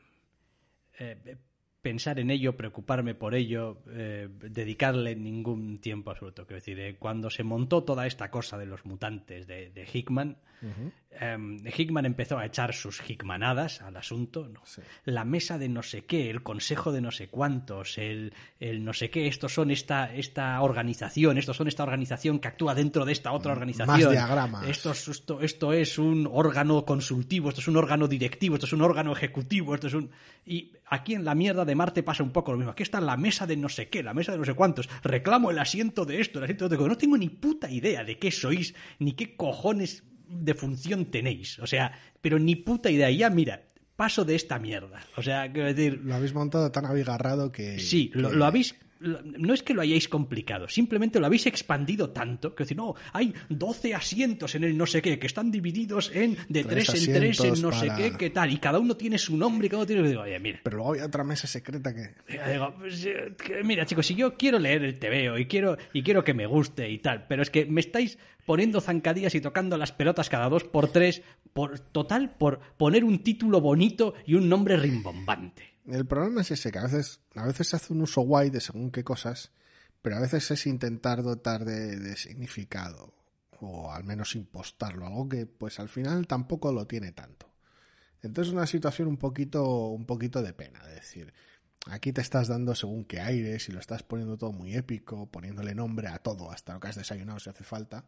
eh, pensar en ello, preocuparme por ello, eh, dedicarle ningún tiempo absoluto. Quiero decir, eh, cuando se montó toda esta cosa de los mutantes de, de Hickman, uh-huh. Um, Hickman empezó a echar sus hickmanadas al asunto, ¿no? Sí. La mesa de no sé qué, el consejo de no sé cuántos, el, el no sé qué, estos son esta, esta organización, estos son esta organización que actúa dentro de esta otra organización. Más diagramas. Esto, esto, esto es un órgano consultivo, esto es un órgano directivo, esto es un órgano ejecutivo, esto es un... Y aquí en la mierda de Marte pasa un poco lo mismo. Aquí está la mesa de no sé qué, la mesa de no sé cuántos. Reclamo el asiento de esto, el asiento de otro. No tengo ni puta idea de qué sois, ni qué cojones de función tenéis, o sea, pero ni puta idea, ya mira, paso de esta mierda, o sea, quiero decir... Lo habéis montado tan abigarrado que... Sí, que... Lo, lo habéis... Lo, no es que lo hayáis complicado, simplemente lo habéis expandido tanto, que decir, no, hay doce asientos en el no sé qué, que están divididos en de tres, tres en tres en no para... sé qué, qué tal, y cada uno tiene su nombre, y cada uno tiene... Digo, oye, mira... Pero luego hay otra mesa secreta que... Digo, pues, mira, chicos, si yo quiero leer el tebeo y quiero, y quiero que me guste y tal, pero es que me estáis poniendo zancadillas y tocando las pelotas cada dos por tres, por total, por poner un título bonito y un nombre rimbombante. El problema es ese, que a veces, a veces se hace un uso guay de según qué cosas, pero a veces es intentar dotar de, de significado, o al menos impostarlo, algo que pues al final tampoco lo tiene tanto. Entonces es una situación un poquito, un poquito de pena, es decir, aquí te estás dando según qué aires y lo estás poniendo todo muy épico, poniéndole nombre a todo, hasta lo que has desayunado si hace falta,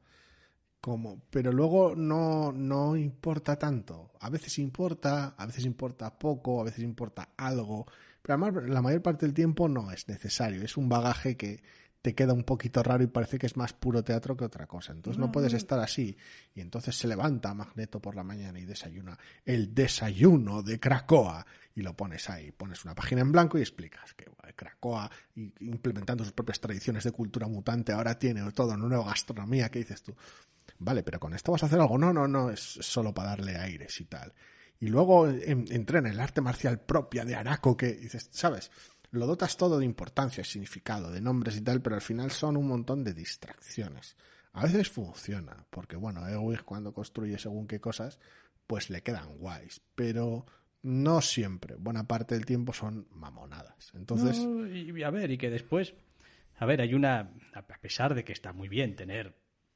como, pero luego no, no importa tanto. A veces importa, a veces importa poco, a veces importa algo, pero además la mayor parte del tiempo no es necesario. Es un bagaje que te queda un poquito raro y parece que es más puro teatro que otra cosa. Entonces no, no puedes estar así. Y entonces se levanta Magneto por la mañana y desayuna el desayuno de Krakoa. Y lo pones ahí, pones una página en blanco y explicas que bueno, Krakoa, implementando sus propias tradiciones de cultura mutante, ahora tiene toda una nueva gastronomía. ¿Qué dices tú? Vale, pero con esto vas a hacer algo. No, no, no, es solo para darle aires y tal. Y luego en, entré en el arte marcial propia de Arako, que dices, ¿sabes? Lo dotas todo de importancia, significado, de nombres y tal, pero al final son un montón de distracciones. A veces funciona, porque bueno, Ewig cuando construye según qué cosas, pues le quedan guays, pero no siempre. Buena parte del tiempo son mamonadas. Entonces... No, y a ver, y que después... A ver, hay una... A pesar de que está muy bien tener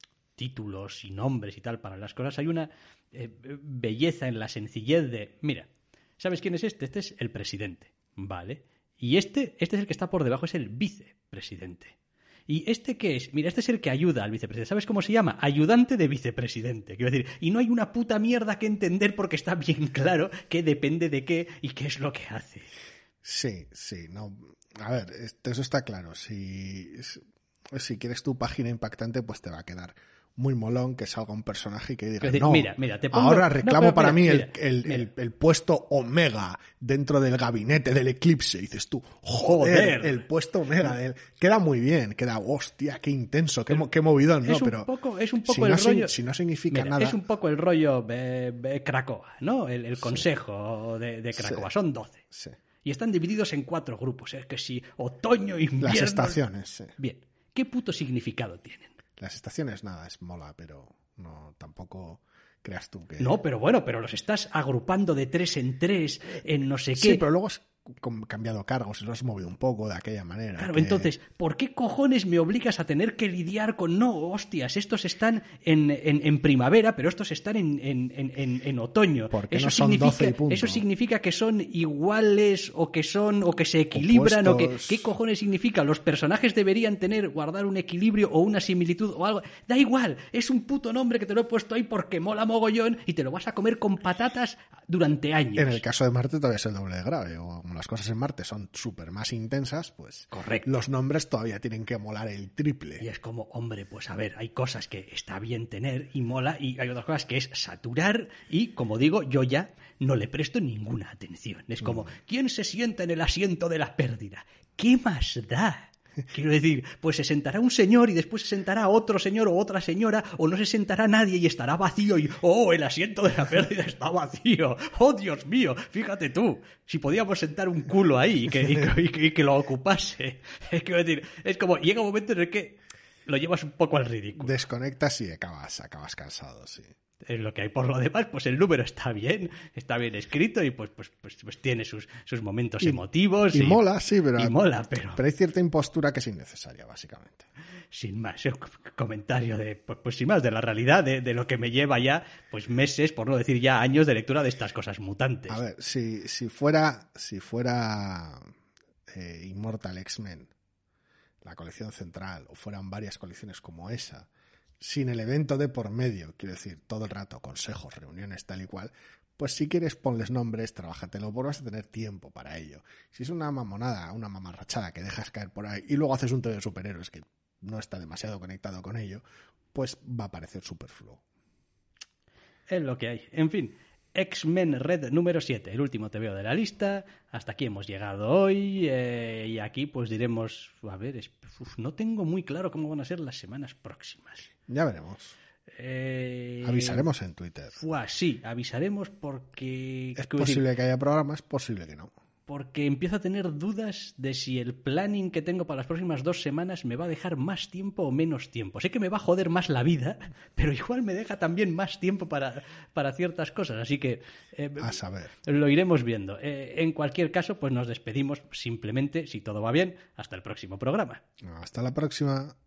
títulos y nombres y tal para las cosas, hay una eh, belleza en la sencillez de... Mira, ¿sabes quién es este? Este es el presidente, ¿vale? Y este, este es el que está por debajo, es el vicepresidente. ¿Y este qué es? Mira, este es el que ayuda al vicepresidente. ¿Sabes cómo se llama? Ayudante de vicepresidente. Quiero decir, y no hay una puta mierda que entender porque está bien claro que depende de qué y qué es lo que hace. Sí, sí, no. A ver, eso está claro. Si, si quieres tu página impactante, pues te va a quedar muy molón que salga un personaje y que diga, decir, no, mira, mira, te pongo... ahora reclamo no, para mira, mí mira, el, el, mira. El, el puesto Omega dentro del gabinete del Eclipse. Y dices tú, joder, joder. el puesto Omega. Del... Queda muy bien, queda, hostia, qué intenso, qué, qué movidón, ¿no? Es un Pero poco, es un poco si el no, rollo... Si no significa mira, nada... Es un poco el rollo eh, eh, Krakoa, ¿no? El, el consejo sí. de, de Krakoa. Sí. Son doce. Sí. Y están divididos en cuatro grupos. Es que si otoño, invierno... Las estaciones, sí. Bien. ¿Qué puto significado tienen? Las estaciones, nada, es mola, pero no, tampoco creas tú que... No, pero bueno, pero los estás agrupando de tres en tres, en no sé qué. Sí, pero luego has cambiado cargos y lo has movido un poco de aquella manera. Claro, que... entonces, ¿por qué cojones me obligas a tener que lidiar con... No, hostias, estos están en, en, en primavera, pero estos están en, en, en, en otoño. ¿Por qué eso no son significa, doce y punto? Eso significa que son iguales o que son o que se equilibran Opuestos... o que... ¿Qué cojones significa? Los personajes deberían tener, guardar un equilibrio o una similitud o algo. Da igual, es un puto nombre que te lo he puesto ahí porque mola mogollón y te lo vas a comer con patatas durante años. En el caso de Marte todavía es el doble de grave, o como las cosas en Marte son súper más intensas, pues correcto. Los nombres todavía tienen que molar el triple. Y es como, hombre, pues a ver, hay cosas que está bien tener y mola, y hay otras cosas que es saturar, y como digo, yo ya no le presto ninguna atención. Es como, mm. ¿quién se sienta en el asiento de la pérdida? ¿Qué más da? Quiero decir, pues se sentará un señor y después se sentará otro señor o otra señora, o no se sentará nadie y estará vacío y ¡oh, el asiento de la pérdida está vacío! ¡Oh, Dios mío! Fíjate tú, si podíamos sentar un culo ahí y que, y que, y que, y que lo ocupase. Quiero decir, es como, llega un momento en el que lo llevas un poco al ridículo. Desconectas y acabas, acabas cansado, sí. Es lo que hay. Por lo demás, pues el número está bien, está bien escrito y pues, pues, pues, pues tiene sus, sus momentos y, emotivos. Y, y mola, sí, pero, y mola, pero... pero hay cierta impostura que es innecesaria, básicamente. Sin más, un comentario de, pues, pues sin más, de la realidad, de, de lo que me lleva ya, pues meses, por no decir ya años de lectura de estas cosas mutantes. A ver, si, si fuera, si fuera eh, Immortal X-Men, la colección central, o fueran varias colecciones como esa, sin el evento de por medio, quiero decir, todo el rato, consejos, reuniones, tal y cual, pues si quieres ponles nombres, trabájatelo, porque vas a tener tiempo para ello. Si es una mamonada, una mamarrachada que dejas caer por ahí y luego haces un tema de superhéroes que no está demasiado conectado con ello, pues va a parecer superfluo. Es lo que hay. En fin, X-Men Red número siete, el último te veo de la lista. Hasta aquí hemos llegado hoy eh, y aquí pues diremos, a ver, es, uf, no tengo muy claro cómo van a ser las semanas próximas. Ya veremos. Eh, Avisaremos en Twitter. Fua, sí, avisaremos porque... Es posible decir? que haya programas, es posible que no. Porque empiezo a tener dudas de si el planning que tengo para las próximas dos semanas me va a dejar más tiempo o menos tiempo. Sé que me va a joder más la vida, pero igual me deja también más tiempo para, para ciertas cosas. Así que eh, a saber. Lo iremos viendo. Eh, en cualquier caso, pues nos despedimos simplemente, si todo va bien, hasta el próximo programa. Hasta la próxima.